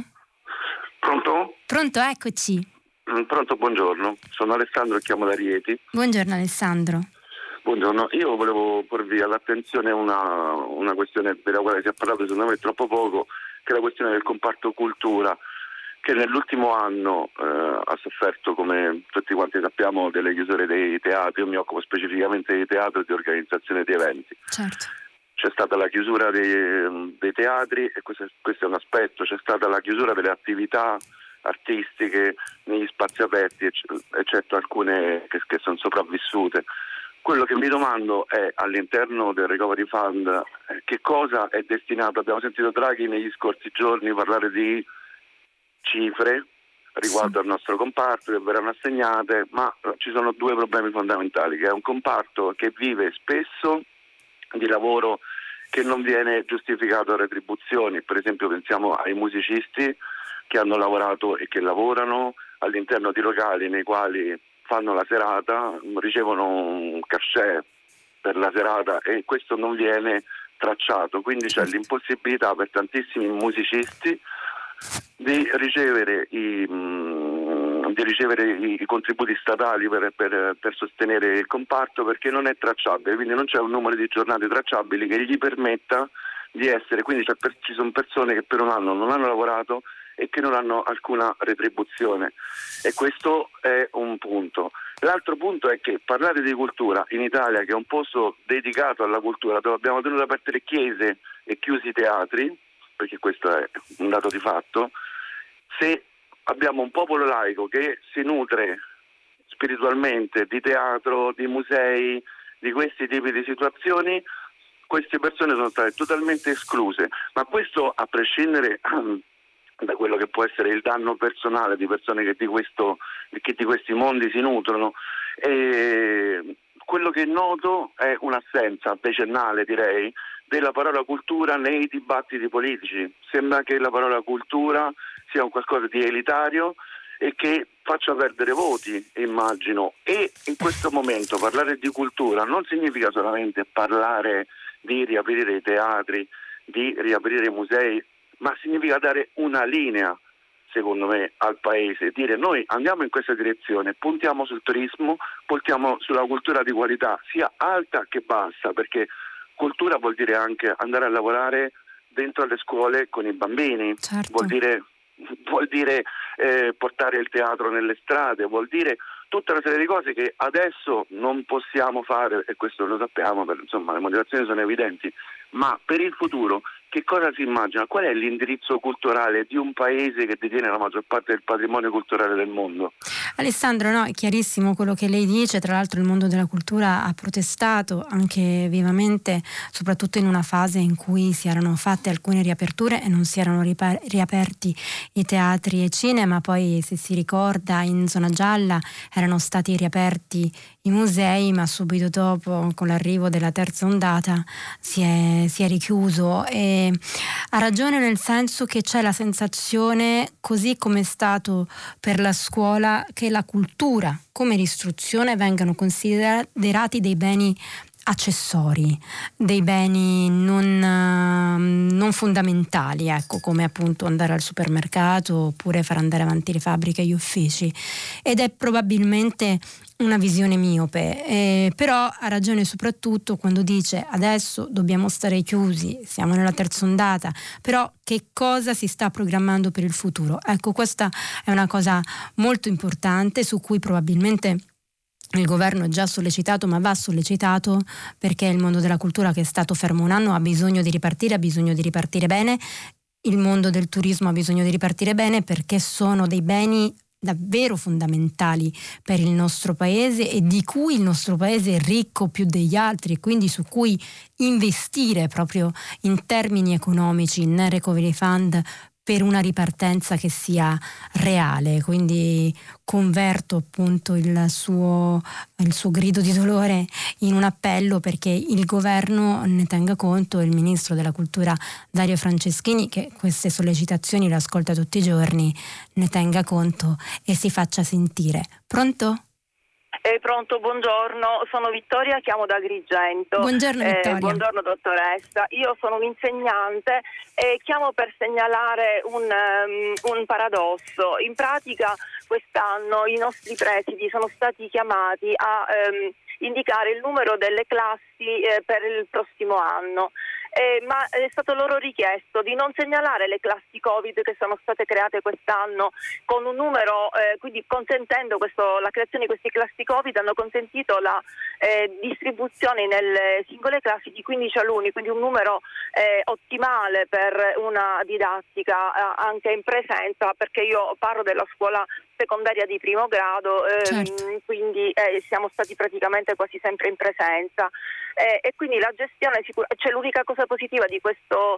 Pronto, eccoci. Pronto, buongiorno. Sono Alessandro e chiamo da Rieti. Buongiorno Alessandro. Buongiorno, io volevo porvi all'attenzione una questione della quale si è parlato secondo me troppo poco, che è la questione del comparto cultura, che nell'ultimo anno ha sofferto, come tutti quanti sappiamo, delle chiusure dei teatri. Io mi occupo specificamente di teatro e di organizzazione di eventi. Certo. C'è stata la chiusura dei teatri, e questo è un aspetto. C'è stata la chiusura delle attività artistiche negli spazi aperti, eccetto alcune che sono sopravvissute. Quello che mi domando è, all'interno del Recovery Fund, che cosa è destinato. Abbiamo sentito Draghi negli scorsi giorni parlare di cifre riguardo al nostro comparto che verranno assegnate, ma ci sono due problemi fondamentali, che è un comparto che vive spesso di lavoro che non viene giustificato a retribuzioni. Per esempio pensiamo ai musicisti che hanno lavorato e che lavorano all'interno di locali nei quali fanno la serata, ricevono un cachet per la serata e questo non viene tracciato, quindi c'è l'impossibilità per tantissimi musicisti di ricevere i contributi statali per sostenere il comparto, perché non è tracciabile, quindi non c'è un numero di giornate tracciabili che gli permetta di essere, quindi ci sono persone che per un anno non hanno lavorato e che non hanno alcuna retribuzione, e questo è un punto. L'altro punto è che parlare di cultura in Italia, che è un posto dedicato alla cultura, dove abbiamo tenuto aperte le chiese e chiusi i teatri, perché questo è un dato di fatto, se abbiamo un popolo laico che si nutre spiritualmente di teatro, di musei, di questi tipi di situazioni, queste persone sono state totalmente escluse, ma questo a prescindere da quello che può essere il danno personale di persone che di questi mondi si nutrono. Quello che noto è un'assenza decennale, direi, della parola cultura nei dibattiti politici. Sembra che la parola cultura sia un qualcosa di elitario e che faccia perdere voti, immagino. E in questo momento parlare di cultura non significa solamente parlare di riaprire i teatri, di riaprire i musei, ma significa dare una linea, secondo me, al paese, dire noi andiamo in questa direzione, puntiamo sul turismo, puntiamo sulla cultura di qualità, sia alta che bassa, perché cultura vuol dire anche andare a lavorare dentro alle scuole con i bambini, certo. vuol dire portare il teatro nelle strade, vuol dire tutta una serie di cose che adesso non possiamo fare, e questo lo sappiamo, insomma le motivazioni sono evidenti, ma per il futuro che cosa si immagina? Qual è l'indirizzo culturale di un paese che detiene la maggior parte del patrimonio culturale del mondo? Alessandro, no, è chiarissimo quello che lei dice. Tra l'altro il mondo della cultura ha protestato anche vivamente, soprattutto in una fase in cui si erano fatte alcune riaperture e non si erano riaperti i teatri e cinema. Poi, se si ricorda, in zona gialla erano stati riaperti i musei, ma subito dopo, con l'arrivo della terza ondata, si è richiuso. E ha ragione nel senso che c'è la sensazione, così come è stato per la scuola, che la cultura come l'istruzione vengano considerati dei beni accessori, dei beni non fondamentali, ecco, come appunto andare al supermercato oppure far andare avanti le fabbriche e gli uffici, ed è probabilmente una visione miope, però ha ragione soprattutto quando dice adesso dobbiamo stare chiusi, siamo nella terza ondata, però che cosa si sta programmando per il futuro? Ecco, questa è una cosa molto importante su cui probabilmente il governo è già sollecitato, ma va sollecitato, perché il mondo della cultura, che è stato fermo un anno, ha bisogno di ripartire bene. Il mondo del turismo ha bisogno di ripartire bene, perché sono dei beni davvero fondamentali per il nostro paese e di cui il nostro paese è ricco più degli altri, e quindi su cui investire proprio in termini economici nel Recovery Fund per una ripartenza che sia reale. Quindi converto appunto il suo grido di dolore in un appello perché il governo ne tenga conto, e il ministro della cultura Dario Franceschini, che queste sollecitazioni le ascolta tutti i giorni, ne tenga conto e si faccia sentire. Pronto? Pronto, buongiorno, sono Vittoria, chiamo da Agrigento. Buongiorno Vittoria. Buongiorno dottoressa, io sono un'insegnante e chiamo per segnalare un paradosso. In pratica quest'anno i nostri presidi sono stati chiamati a indicare il numero delle classi per il prossimo anno. Ma è stato loro richiesto di non segnalare le classi Covid che sono state create quest'anno con un numero, quindi consentendo la creazione di queste classi Covid, hanno consentito la distribuzione nelle singole classi di 15 alunni, quindi un numero ottimale per una didattica anche in presenza, perché io parlo della scuola secondaria di primo grado, certo. Quindi siamo stati praticamente quasi sempre in presenza. E quindi la gestione, cioè l'unica cosa positiva di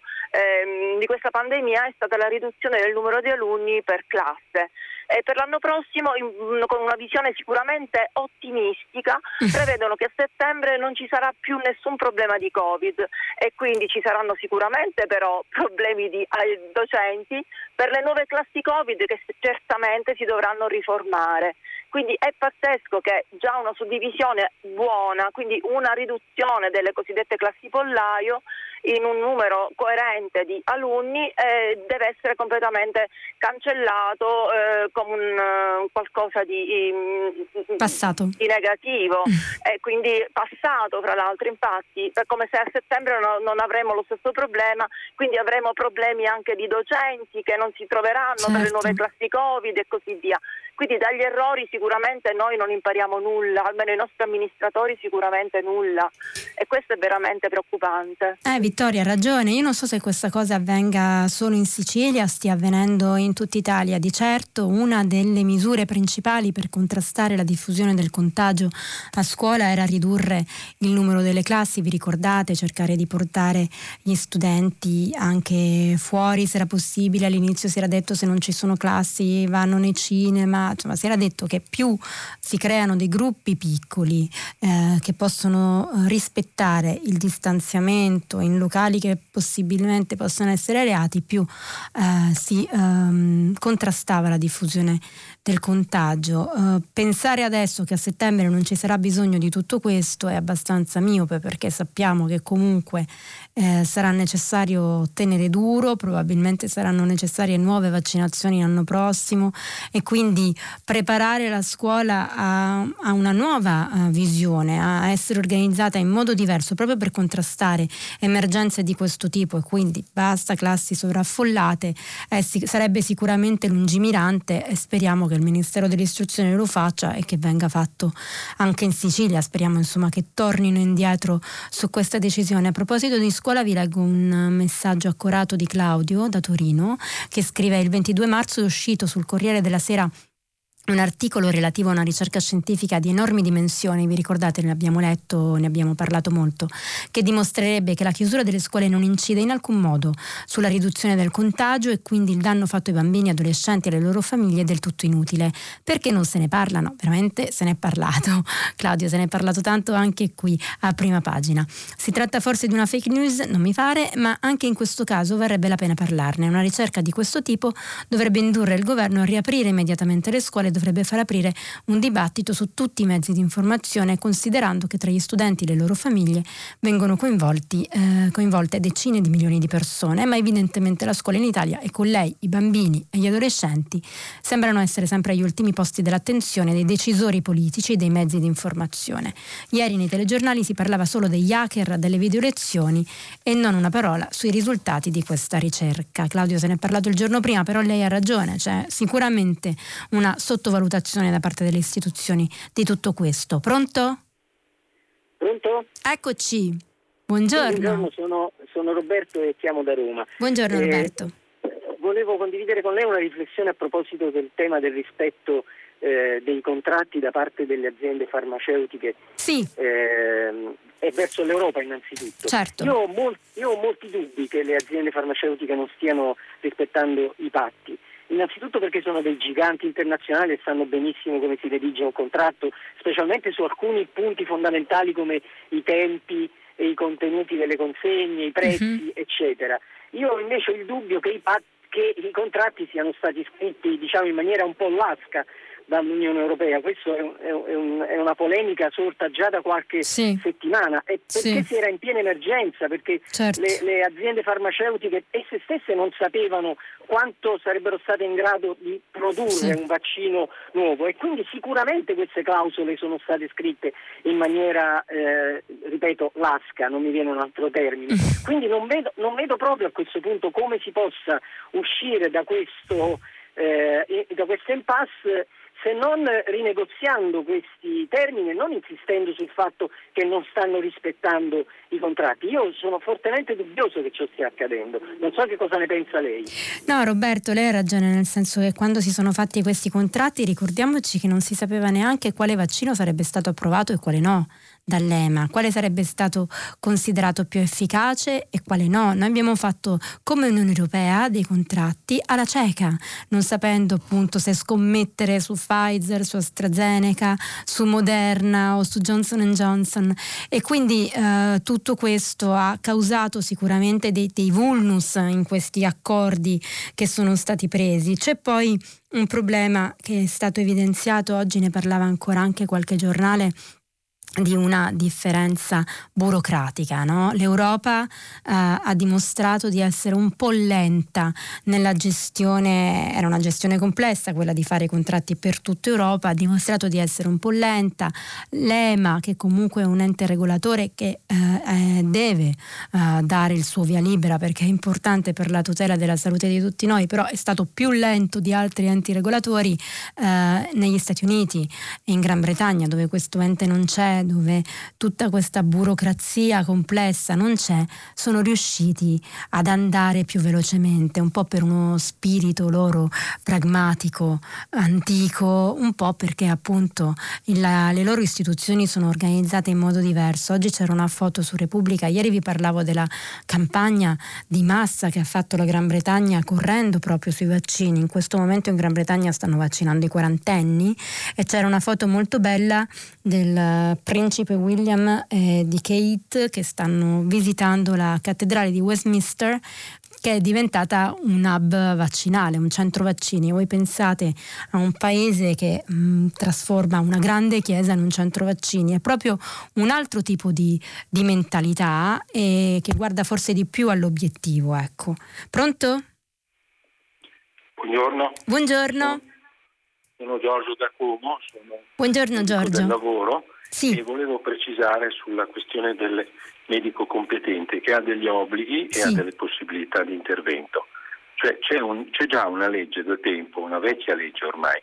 questa pandemia è stata la riduzione del numero di alunni per classe. Per l'anno prossimo, con una visione sicuramente ottimistica, prevedono che a settembre non ci sarà più nessun problema di Covid, e quindi ci saranno sicuramente però problemi di docenti per le nuove classi Covid che certamente si dovranno riformare. Quindi è pazzesco che già una suddivisione buona, quindi una riduzione delle cosiddette classi pollaio in un numero coerente di alunni, deve essere completamente cancellato come qualcosa di negativo, quindi passato fra l'altro. Infatti è come se a settembre non avremo lo stesso problema, quindi avremo problemi anche di docenti che non si troveranno, certo, per le nuove classi Covid e così via. Quindi dagli errori sicuramente noi non impariamo nulla, almeno i nostri amministratori sicuramente nulla, e questo è veramente preoccupante. Vittoria ha ragione, io non so se questa cosa avvenga solo in Sicilia, stia avvenendo in tutta Italia. Di certo una delle misure principali per contrastare la diffusione del contagio a scuola era ridurre il numero delle classi, vi ricordate, cercare di portare gli studenti anche fuori se era possibile. All'inizio si era detto se non ci sono classi vanno nei cinema, insomma si era detto che più si creano dei gruppi piccoli che possono rispettare il distanziamento in locali che possibilmente possono essere areati, più si contrastava la diffusione del contagio. Pensare adesso che a settembre non ci sarà bisogno di tutto questo è abbastanza miope, perché sappiamo che comunque sarà necessario tenere duro, probabilmente saranno necessarie nuove vaccinazioni l'anno prossimo, e quindi preparare la scuola a una nuova visione, a essere organizzata in modo diverso proprio per contrastare emergenze di questo tipo, e quindi basta classi sovraffollate, sarebbe sicuramente lungimirante, e speriamo che il Ministero dell'Istruzione lo faccia e che venga fatto anche in Sicilia. Speriamo insomma che tornino indietro su questa decisione. A proposito di scuola vi leggo un messaggio accorato di Claudio da Torino, che scrive: il 22 marzo è uscito sul Corriere della Sera un articolo relativo a una ricerca scientifica di enormi dimensioni, vi ricordate, ne abbiamo letto, ne abbiamo parlato molto, che dimostrerebbe che la chiusura delle scuole non incide in alcun modo sulla riduzione del contagio, e quindi il danno fatto ai bambini, adolescenti e alle loro famiglie è del tutto inutile. Perché non se ne parla? No, veramente se ne è parlato. Claudio, se ne è parlato tanto anche qui a Prima Pagina. Si tratta forse di una fake news? Non mi pare, ma anche in questo caso varrebbe la pena parlarne. Una ricerca di questo tipo dovrebbe indurre il governo a riaprire immediatamente le scuole, dovrebbe far aprire un dibattito su tutti i mezzi di informazione, considerando che tra gli studenti e le loro famiglie vengono coinvolte decine di milioni di persone, ma evidentemente la scuola in Italia, e con lei i bambini e gli adolescenti, sembrano essere sempre agli ultimi posti dell'attenzione dei decisori politici e dei mezzi di informazione. Ieri nei telegiornali si parlava solo degli hacker, delle video lezioni, e non una parola sui risultati di questa ricerca. Claudio se ne è parlato il giorno prima, però lei ha ragione, c'è sicuramente una sottovalutazione da parte delle istituzioni di tutto questo. Pronto? Pronto? Eccoci. Buongiorno. Buongiorno, sono Roberto e chiamo da Roma. Buongiorno Roberto. volevo condividere con lei una riflessione a proposito del tema del rispetto dei contratti da parte delle aziende farmaceutiche. Sì. E verso l'Europa innanzitutto. Certo. Io ho molti dubbi che le aziende farmaceutiche non stiano rispettando i patti. Innanzitutto perché sono dei giganti internazionali e sanno benissimo come si redige un contratto, specialmente su alcuni punti fondamentali come i tempi e i contenuti delle consegne, i prezzi, eccetera. Io ho invece il dubbio che i contratti siano stati scritti, diciamo, in maniera un po' lasca dall'Unione Europea. Questo è una polemica sorta già da qualche settimana, e perché si era in piena emergenza, perché le aziende farmaceutiche esse stesse non sapevano quanto sarebbero state in grado di produrre un vaccino nuovo, e quindi sicuramente queste clausole sono state scritte in maniera, ripeto, lasca, non mi viene un altro termine. Quindi non vedo proprio a questo punto come si possa uscire da questo impasse, se non rinegoziando questi termini e non insistendo sul fatto che non stanno rispettando i contratti. Io sono fortemente dubbioso che ciò stia accadendo. Non so che cosa ne pensa lei. No, Roberto, lei ha ragione, nel senso che quando si sono fatti questi contratti, ricordiamoci che non si sapeva neanche quale vaccino sarebbe stato approvato e quale no dall'EMA, quale sarebbe stato considerato più efficace e quale no. Noi abbiamo fatto come Unione Europea dei contratti alla cieca, non sapendo appunto se scommettere su Pfizer, su AstraZeneca, su Moderna o su Johnson & Johnson, e quindi tutto questo ha causato sicuramente dei vulnus in questi accordi che sono stati presi. C'è poi un problema che è stato evidenziato oggi, ne parlava ancora anche qualche giornale, di una differenza burocratica, no? L'Europa ha dimostrato di essere un po' lenta nella gestione, era una gestione complessa quella di fare i contratti per tutta Europa, ha dimostrato di essere un po' lenta. L'EMA, che comunque è un ente regolatore che deve dare il suo via libera perché è importante per la tutela della salute di tutti noi, però è stato più lento di altri enti regolatori negli Stati Uniti e in Gran Bretagna, dove questo ente non c'è, dove tutta questa burocrazia complessa non c'è, sono riusciti ad andare più velocemente, un po' per uno spirito loro pragmatico, antico, un po' perché appunto le loro istituzioni sono organizzate in modo diverso. Oggi c'era una foto su Repubblica, ieri vi parlavo della campagna di massa che ha fatto la Gran Bretagna correndo proprio sui vaccini. In questo momento in Gran Bretagna stanno vaccinando i quarantenni e c'era una foto molto bella del principe William e di Kate che stanno visitando la cattedrale di Westminster, che è diventata un hub vaccinale, un centro vaccini. Voi pensate a un paese che trasforma una grande chiesa in un centro vaccini, è proprio un altro tipo di mentalità e che guarda forse di più all'obiettivo, ecco. Pronto? Buongiorno. Buongiorno. Sono Giorgio da Como, buongiorno Giorgio. Del lavoro. Sì. E volevo precisare sulla questione del medico competente che ha degli obblighi e ha delle possibilità di intervento. Cioè c'è già una legge da tempo, una vecchia legge ormai,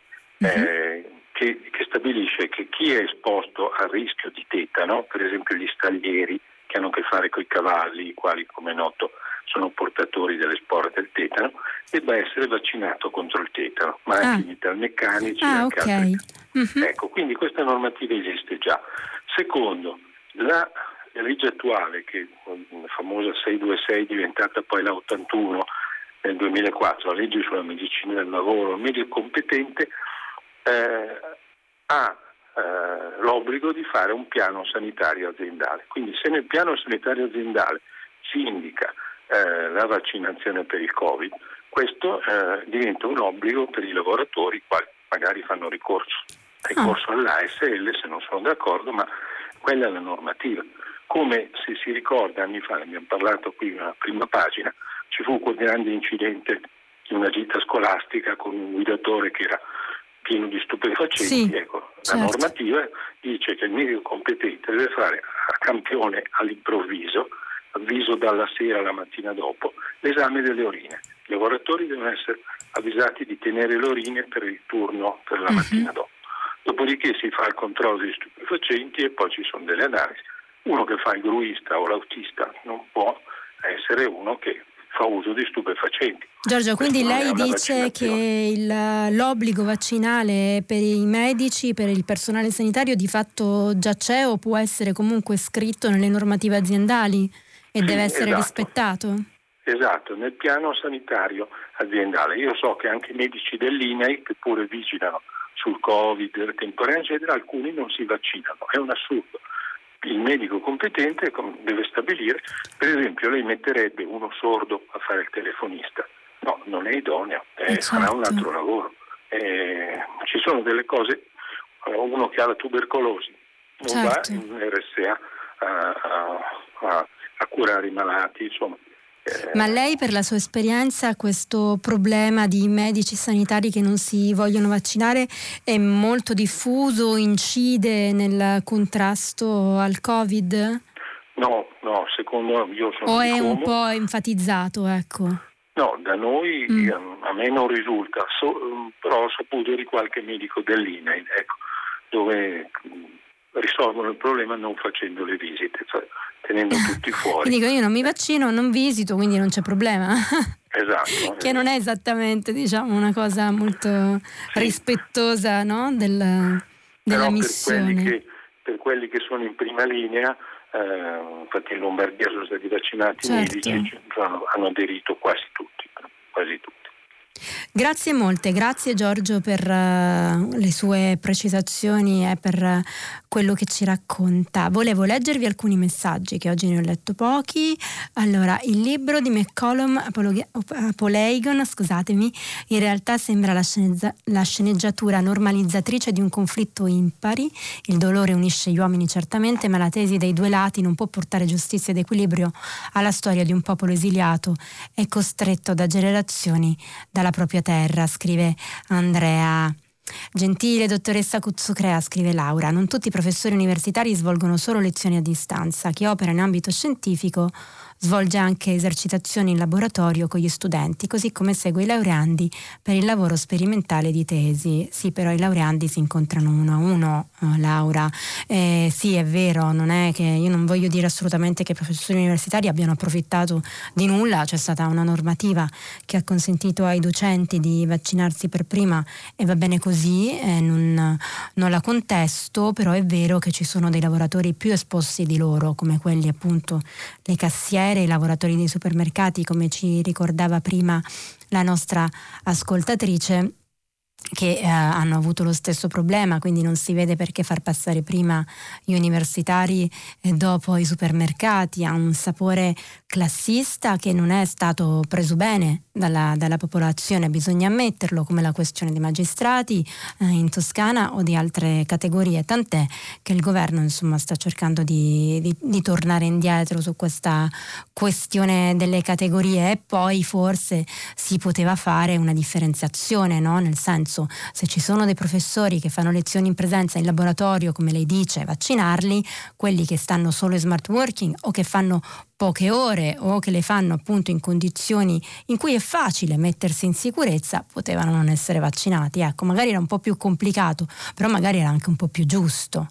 che stabilisce che chi è esposto al rischio di tetano, per esempio gli staglieri che hanno a che fare con i cavalli, i quali come è noto sono portatori delle spore del tetano, debba essere vaccinato contro il tetano, ma anche i metalmeccanici e anche altri. Ecco, quindi questa normativa esiste già. Secondo, la legge attuale, che la famosa 626 è diventata poi la 81 nel 2004, la legge sulla medicina del lavoro, il medico competente ha l'obbligo di fare un piano sanitario aziendale. Quindi se nel piano sanitario aziendale si indica la vaccinazione per il Covid, questo diventa un obbligo per i lavoratori quali magari fanno ricorso all'ASL se non sono d'accordo, ma quella è la normativa. Come se si ricorda anni fa, ne abbiamo parlato qui nella prima pagina, ci fu quel grande incidente di una gita scolastica con un guidatore che era pieno di stupefacenti. Ecco, la normativa dice che il medico competente deve fare a campione all'improvviso, avviso dalla sera alla mattina dopo, l'esame delle urine. I lavoratori devono essere avvisati di tenere le urine per il turno per la mattina dopo. Dopodiché si fa il controllo degli stupefacenti e poi ci sono delle analisi. Uno che fa il gruista o l'autista non può essere uno che fa uso di stupefacenti. Giorgio, quindi lei dice che l'obbligo vaccinale per i medici, per il personale sanitario di fatto già c'è o può essere comunque scritto nelle normative aziendali e deve essere rispettato? Esatto, nel piano sanitario aziendale. Io so che anche i medici dell'INAIL, che pure vigilano sul Covid, le temporanee, eccetera, alcuni non si vaccinano. È un assurdo. Il medico competente deve stabilire, per esempio, lei metterebbe uno sordo a fare il telefonista. No, non è idoneo, farà un altro lavoro. Ci sono delle cose, uno che ha la tubercolosi non va in RSA a curare i malati, insomma. Ma lei, per la sua esperienza, questo problema di medici sanitari che non si vogliono vaccinare è molto diffuso, incide nel contrasto al Covid? No, secondo io sono o è un po' enfatizzato, ecco? No, da noi a me non risulta, però ho saputo di qualche medico dell'INAIL, ecco, dove risolvono il problema non facendo le visite, cioè tenendo tutti fuori. Quindi dico, io non mi vaccino, non visito, quindi non c'è problema. Esatto. Che non è esattamente, diciamo, una cosa molto rispettosa, no? della missione. Per quelli che sono in prima linea, infatti in Lombardia sono stati vaccinati medici, hanno aderito quasi tutti. Grazie molte, grazie Giorgio per le sue precisazioni e per quello che ci racconta. Volevo leggervi alcuni messaggi che oggi ne ho letto pochi. Allora, il libro di McCollum Polygon, in realtà sembra la sceneggiatura normalizzatrice di un conflitto impari. Il dolore unisce gli uomini certamente, ma la tesi dei due lati non può portare giustizia ed equilibrio alla storia di un popolo esiliato e costretto da generazioni dalla propria terra, scrive Andrea. Gentile dottoressa Cuzzocrea, scrive Laura, non tutti i professori universitari svolgono solo lezioni a distanza. Chi opera in ambito scientifico svolge anche esercitazioni in laboratorio con gli studenti, così come segue i laureandi per il lavoro sperimentale di tesi. Sì, però i laureandi si incontrano uno a uno, Laura. Sì, è vero, non è che io non voglio dire assolutamente che i professori universitari abbiano approfittato di nulla. C'è stata una normativa che ha consentito ai docenti di vaccinarsi per prima e va bene così, non la contesto, però è vero che ci sono dei lavoratori più esposti di loro, come quelli appunto le cassiere, i lavoratori dei supermercati, come ci ricordava prima la nostra ascoltatrice, che hanno avuto lo stesso problema, quindi non si vede perché far passare prima gli universitari e dopo i supermercati. Ha un sapore classista che non è stato preso bene dalla popolazione, bisogna ammetterlo, come la questione dei magistrati in Toscana o di altre categorie, tant'è che il governo insomma sta cercando di tornare indietro su questa questione delle categorie, e poi forse si poteva fare una differenziazione, no? Nel senso, se ci sono dei professori che fanno lezioni in presenza in laboratorio, come lei dice, vaccinarli, quelli che stanno solo in smart working o che fanno poche ore o che le fanno appunto in condizioni in cui è facile mettersi in sicurezza, potevano non essere vaccinati. Ecco, magari era un po' più complicato, però magari era anche un po' più giusto.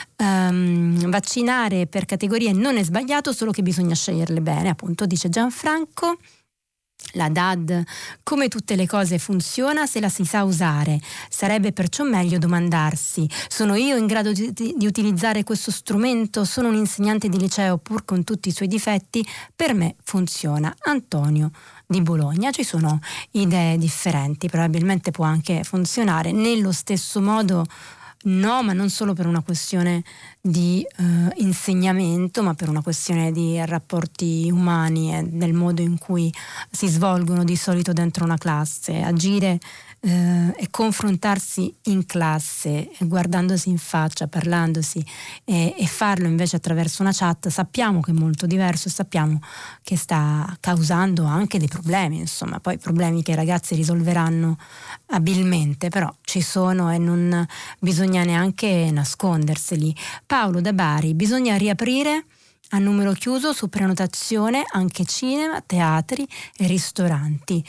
Vaccinare per categorie non è sbagliato, solo che bisogna sceglierle bene, appunto, dice Gianfranco. La DAD, come tutte le cose, funziona se la si sa usare. Sarebbe perciò meglio domandarsi: sono io in grado di utilizzare questo strumento? Sono un insegnante di liceo pur con tutti i suoi difetti? Per me funziona. Antonio di Bologna. Ci sono idee differenti, probabilmente può anche funzionare nello stesso modo. No, ma non solo per una questione di insegnamento, ma per una questione di rapporti umani e del modo in cui si svolgono di solito dentro una classe. Agire e confrontarsi in classe, guardandosi in faccia, parlandosi, e farlo invece attraverso una chat, sappiamo che è molto diverso e sappiamo che sta causando anche dei problemi, insomma, poi problemi che i ragazzi risolveranno abilmente, però ci sono e non bisogna neanche nasconderseli. Paolo da Bari: bisogna riaprire a numero chiuso su prenotazione anche cinema, teatri e ristoranti.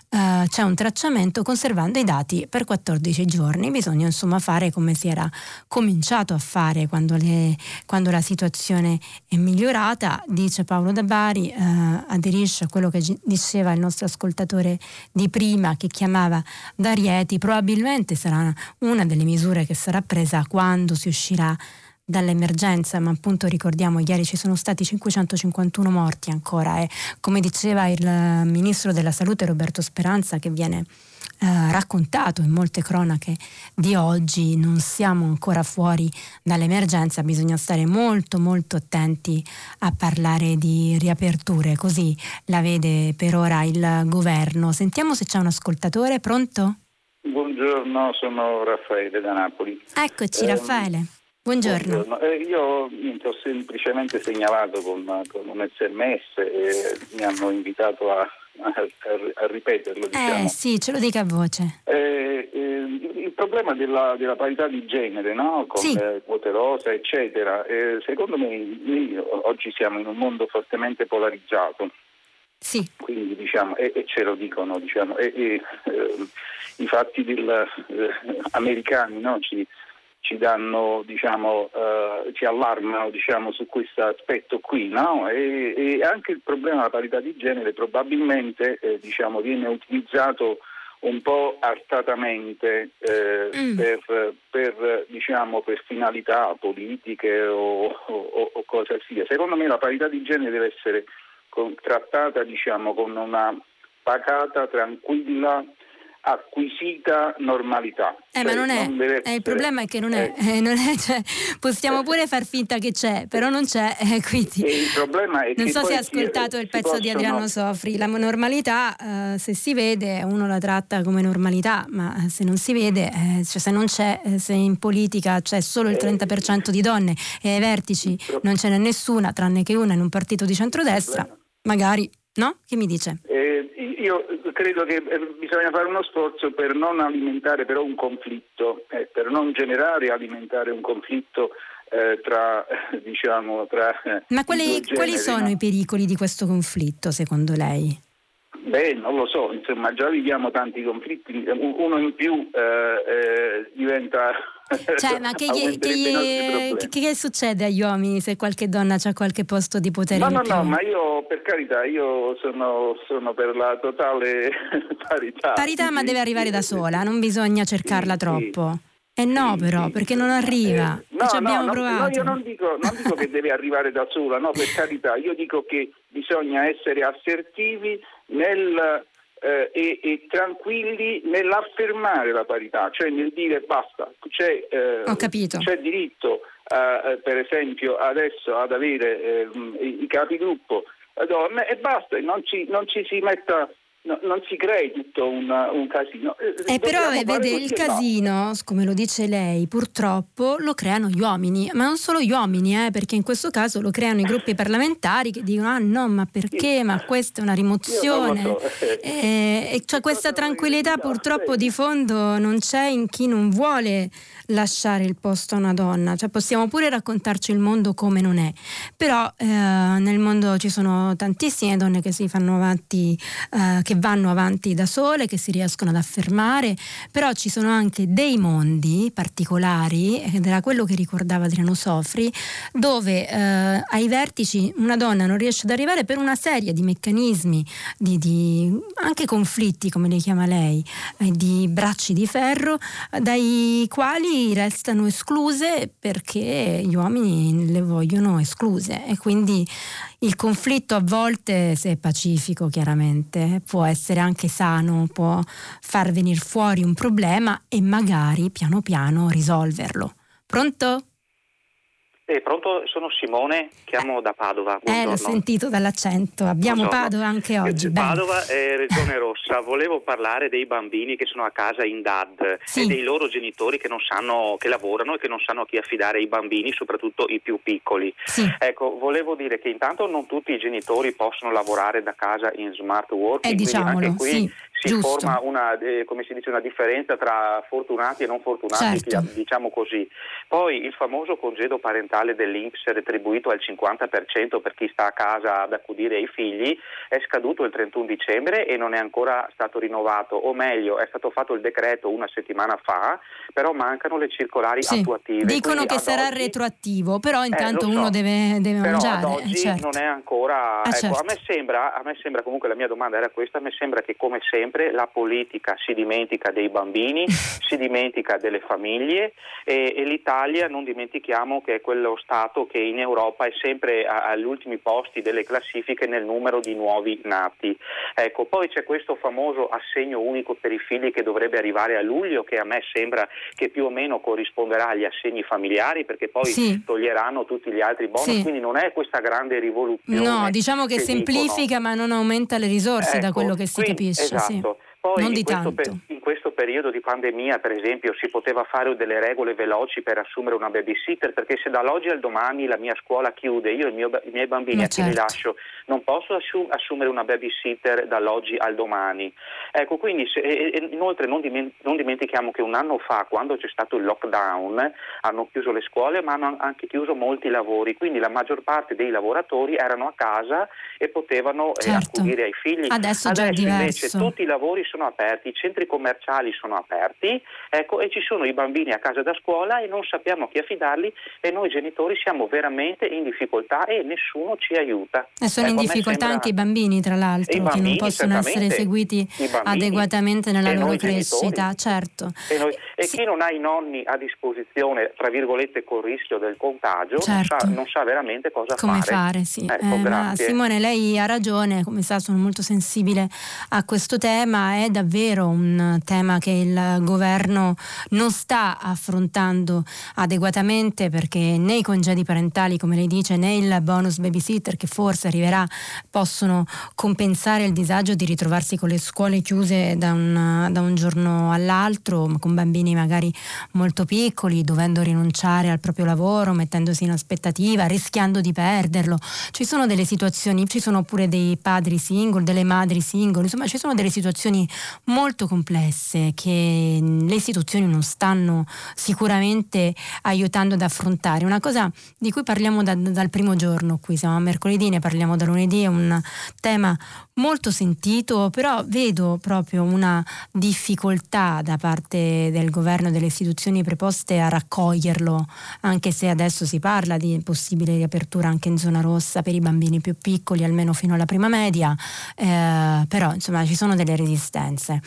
c'è un tracciamento conservando i dati per 14 giorni. Bisogna insomma fare come si era cominciato a fare quando la situazione è migliorata. Dice Paolo Da Bari, aderisce a quello che diceva il nostro ascoltatore di prima che chiamava da Rieti. Probabilmente sarà una delle misure che sarà presa quando si uscirà dall'emergenza, ma appunto ricordiamo ieri ci sono stati 551 morti ancora, e come diceva il ministro della salute Roberto Speranza, che viene raccontato in molte cronache di oggi, non siamo ancora fuori dall'emergenza, bisogna stare molto molto attenti a parlare di riaperture, così la vede per ora il governo. Sentiamo se c'è un ascoltatore. Pronto? Buongiorno, sono Raffaele da Napoli. Eccoci Raffaele. Buongiorno. Io ho semplicemente segnalato con un SMS e mi hanno invitato a ripeterlo. Diciamo. Sì, ce lo dica a voce. Il problema della parità di genere, no? Con quote rosa, eccetera. Secondo me oggi siamo in un mondo fortemente polarizzato. Sì. Quindi diciamo, e ce lo dicono, diciamo, i fatti americani, no? Ci danno, diciamo, ci allarmano, diciamo, su questo aspetto qui, no? E anche il problema della parità di genere probabilmente, diciamo, viene utilizzato un po' artatamente per finalità politiche o cosa sia. Secondo me la parità di genere deve essere trattata, diciamo, con una pacata, tranquilla, acquisita normalità. Ma non è, il problema è che non è, cioè, possiamo pure far finta che c'è, però non c'è, quindi il problema è non che so se hai ascoltato il pezzo di Adriano Sofri. La normalità, se si vede uno la tratta come normalità, ma se non si vede, cioè se non c'è, se in politica c'è solo il 30% di donne e ai vertici non ce n'è nessuna tranne che una in un partito di centrodestra, magari, no? Che mi dice? Io credo che bisogna fare uno sforzo per non alimentare però un conflitto, per non generare e alimentare un conflitto tra. Ma quali sono i pericoli di questo conflitto secondo lei? Non lo so, insomma già viviamo tanti conflitti, uno in più diventa. Cioè, ma che succede agli uomini se qualche donna ha qualche posto di potere in più? No, ma io, per carità, io sono per la totale parità. Parità, ma deve arrivare da sola, non bisogna cercarla troppo. Perché non arriva. Ci abbiamo provato. No, io non dico che deve arrivare da sola, no, per carità. Io dico che bisogna essere assertivi e tranquilli nell'affermare la parità, cioè nel dire basta, Ho capito. C'è diritto per esempio adesso ad avere i capigruppo donne e basta, non ci si metta. No, non si crei tutto un casino. Però vede il casino, come lo dice lei, purtroppo lo creano gli uomini, ma non solo gli uomini, perché in questo caso lo creano i gruppi parlamentari che dicono no, ma perché? Ma questa è una rimozione. E cioè questa tranquillità purtroppo di fondo non c'è in chi non vuole lasciare il posto a una donna. Cioè possiamo pure raccontarci il mondo come non è, però nel mondo ci sono tantissime donne che si fanno avanti, che vanno avanti da sole, che si riescono ad affermare, però ci sono anche dei mondi particolari, ed era quello che ricordava Adriano Sofri, dove ai vertici una donna non riesce ad arrivare per una serie di meccanismi, di anche conflitti, come li chiama lei, di bracci di ferro, dai quali restano escluse perché gli uomini le vogliono escluse, e quindi il conflitto a volte, se è pacifico chiaramente, può essere anche sano, può far venire fuori un problema e magari piano piano risolverlo. Pronto? Pronto, sono Simone, chiamo da Padova. L'ho sentito dall'accento, abbiamo Padova anche oggi. Padova è Regione Rossa. Volevo parlare dei bambini che sono a casa in DAD e dei loro genitori che non sanno, che lavorano e che non sanno a chi affidare i bambini, soprattutto i più piccoli. Ecco, volevo dire che intanto non tutti i genitori possono lavorare da casa in smart working, diciamolo, anche qui si forma una differenza tra fortunati e non fortunati, diciamo così. Poi il famoso congedo parentale dell'INPS retribuito al 50% per chi sta a casa ad accudire ai figli è scaduto il 31 dicembre e non è ancora stato rinnovato, o meglio è stato fatto il decreto una settimana fa, però mancano le circolari attuative. Dicono che sarà retroattivo, però intanto uno deve però mangiare. Ad oggi non è ancora. A me sembra, comunque la mia domanda era questa, a me sembra che come sempre la politica si dimentica dei bambini, si dimentica delle famiglie e l'Italia, non dimentichiamo che è quello Stato che in Europa è sempre agli ultimi posti delle classifiche nel numero di nuovi nati. Ecco, poi c'è questo famoso assegno unico per i figli che dovrebbe arrivare a luglio, che a me sembra che più o meno corrisponderà agli assegni familiari, perché poi toglieranno tutti gli altri bonus, quindi non è questa grande rivoluzione. No, diciamo che semplifica ma non aumenta le risorse, da quello che si capisce. Esatto. Poi in questo periodo di pandemia, per esempio, si poteva fare delle regole veloci per assumere una babysitter, perché se dall'oggi al domani la mia scuola chiude, io i miei bambini a chi li lascio, non posso assumere una babysitter dall'oggi al domani. Ecco, quindi inoltre non dimentichiamo che un anno fa, quando c'è stato il lockdown, hanno chiuso le scuole ma hanno anche chiuso molti lavori, quindi la maggior parte dei lavoratori erano a casa e potevano accudire ai figli. Adesso già è diverso. Invece tutti i lavori sono aperti, i centri commerciali sono aperti, ecco, e ci sono i bambini a casa da scuola e non sappiamo a chi affidarli e noi genitori siamo veramente in difficoltà e nessuno ci aiuta. E sono in difficoltà anche i bambini, tra l'altro, che non possono essere seguiti adeguatamente nella loro crescita, certo. E chi non ha i nonni a disposizione, tra virgolette, col rischio del contagio, non sa veramente come fare. Ma Simone, lei ha ragione, come sa sono molto sensibile a questo tema. È davvero un tema che il governo non sta affrontando adeguatamente, perché né i congedi parentali, come lei dice, né il bonus babysitter, che forse arriverà, possono compensare il disagio di ritrovarsi con le scuole chiuse da un giorno all'altro, con bambini magari molto piccoli, dovendo rinunciare al proprio lavoro, mettendosi in aspettativa, rischiando di perderlo. Ci sono delle situazioni, ci sono pure dei padri single, delle madri single, insomma ci sono delle situazioni molto complesse che le istituzioni non stanno sicuramente aiutando ad affrontare. Una cosa di cui parliamo dal primo giorno, qui siamo a mercoledì, ne parliamo da lunedì, è un tema molto sentito, però vedo proprio una difficoltà da parte del governo e delle istituzioni preposte a raccoglierlo, anche se adesso si parla di possibile riapertura anche in zona rossa per i bambini più piccoli, almeno fino alla prima media, però insomma ci sono delle resistenze,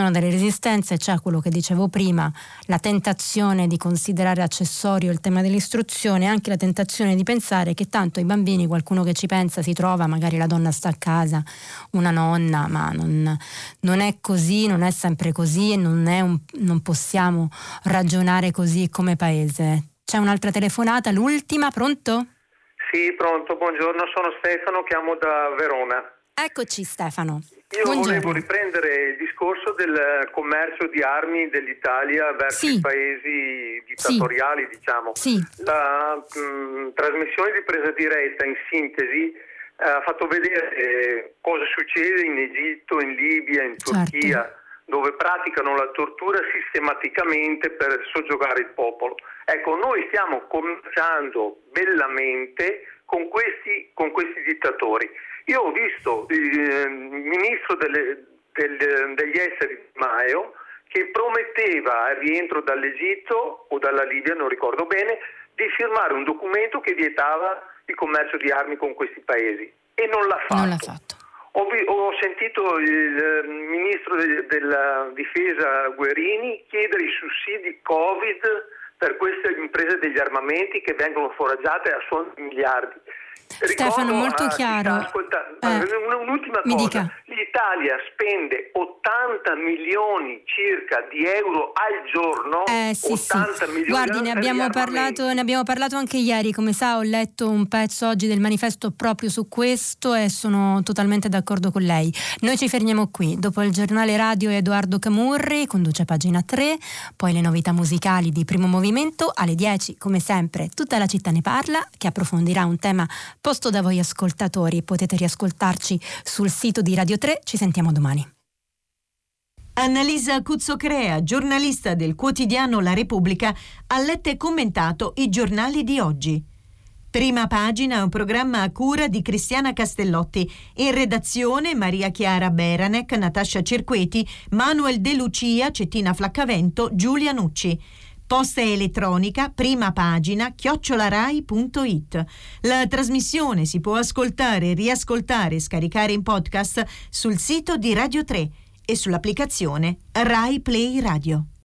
c'è quello che dicevo prima, la tentazione di considerare accessorio il tema dell'istruzione, anche la tentazione di pensare che tanto i bambini, qualcuno che ci pensa si trova, magari la donna sta a casa, una nonna, ma non è così, non è sempre così e non possiamo ragionare così come paese. C'è un'altra telefonata, l'ultima, pronto? Sì, pronto, buongiorno, sono Stefano, chiamo da Verona. Eccoci Stefano. Io volevo riprendere il discorso del commercio di armi dell'Italia verso i paesi dittatoriali, diciamo. La trasmissione di Presa Diretta, in sintesi, ha fatto vedere cosa succede in Egitto, in Libia, in Turchia, dove praticano la tortura sistematicamente per soggiogare il popolo. Ecco, noi stiamo commerciando bellamente con questi dittatori. Io ho visto il ministro degli esteri Di Maio che prometteva al rientro dall'Egitto o dalla Libia, non ricordo bene, di firmare un documento che vietava il commercio di armi con questi paesi e non l'ha fatto. Ho sentito il ministro della difesa Guerini chiedere i sussidi Covid per queste imprese degli armamenti che vengono foraggiate a suon di miliardi. Stefano, molto chiaro. Un'ultima cosa, l'Italia spende 80 milioni circa di euro al giorno. 80 milioni. Guardi, ne abbiamo parlato anche ieri, come sa, ho letto un pezzo oggi del manifesto proprio su questo e sono totalmente d'accordo con lei. Noi ci fermiamo qui, dopo il giornale radio Edoardo Camurri conduce Pagina 3, poi le novità musicali di Primo Movimento, alle 10 come sempre Tutta la città ne parla, che approfondirà un tema posto da voi ascoltatori. Potete riascoltarci sul sito di Radio 3, ci sentiamo domani. Annalisa Cuzzocrea, giornalista del quotidiano La Repubblica, ha letto e commentato i giornali di oggi. Prima pagina è un programma a cura di Cristiana Castellotti. In redazione Maria Chiara Beranec, Natascia Cerqueti, Manuel De Lucia, Cettina Flaccavento, Giulia Nucci. Posta elettronica primapagina @rai.it. La trasmissione si può ascoltare, riascoltare e scaricare in podcast sul sito di Radio 3 e sull'applicazione Rai Play Radio.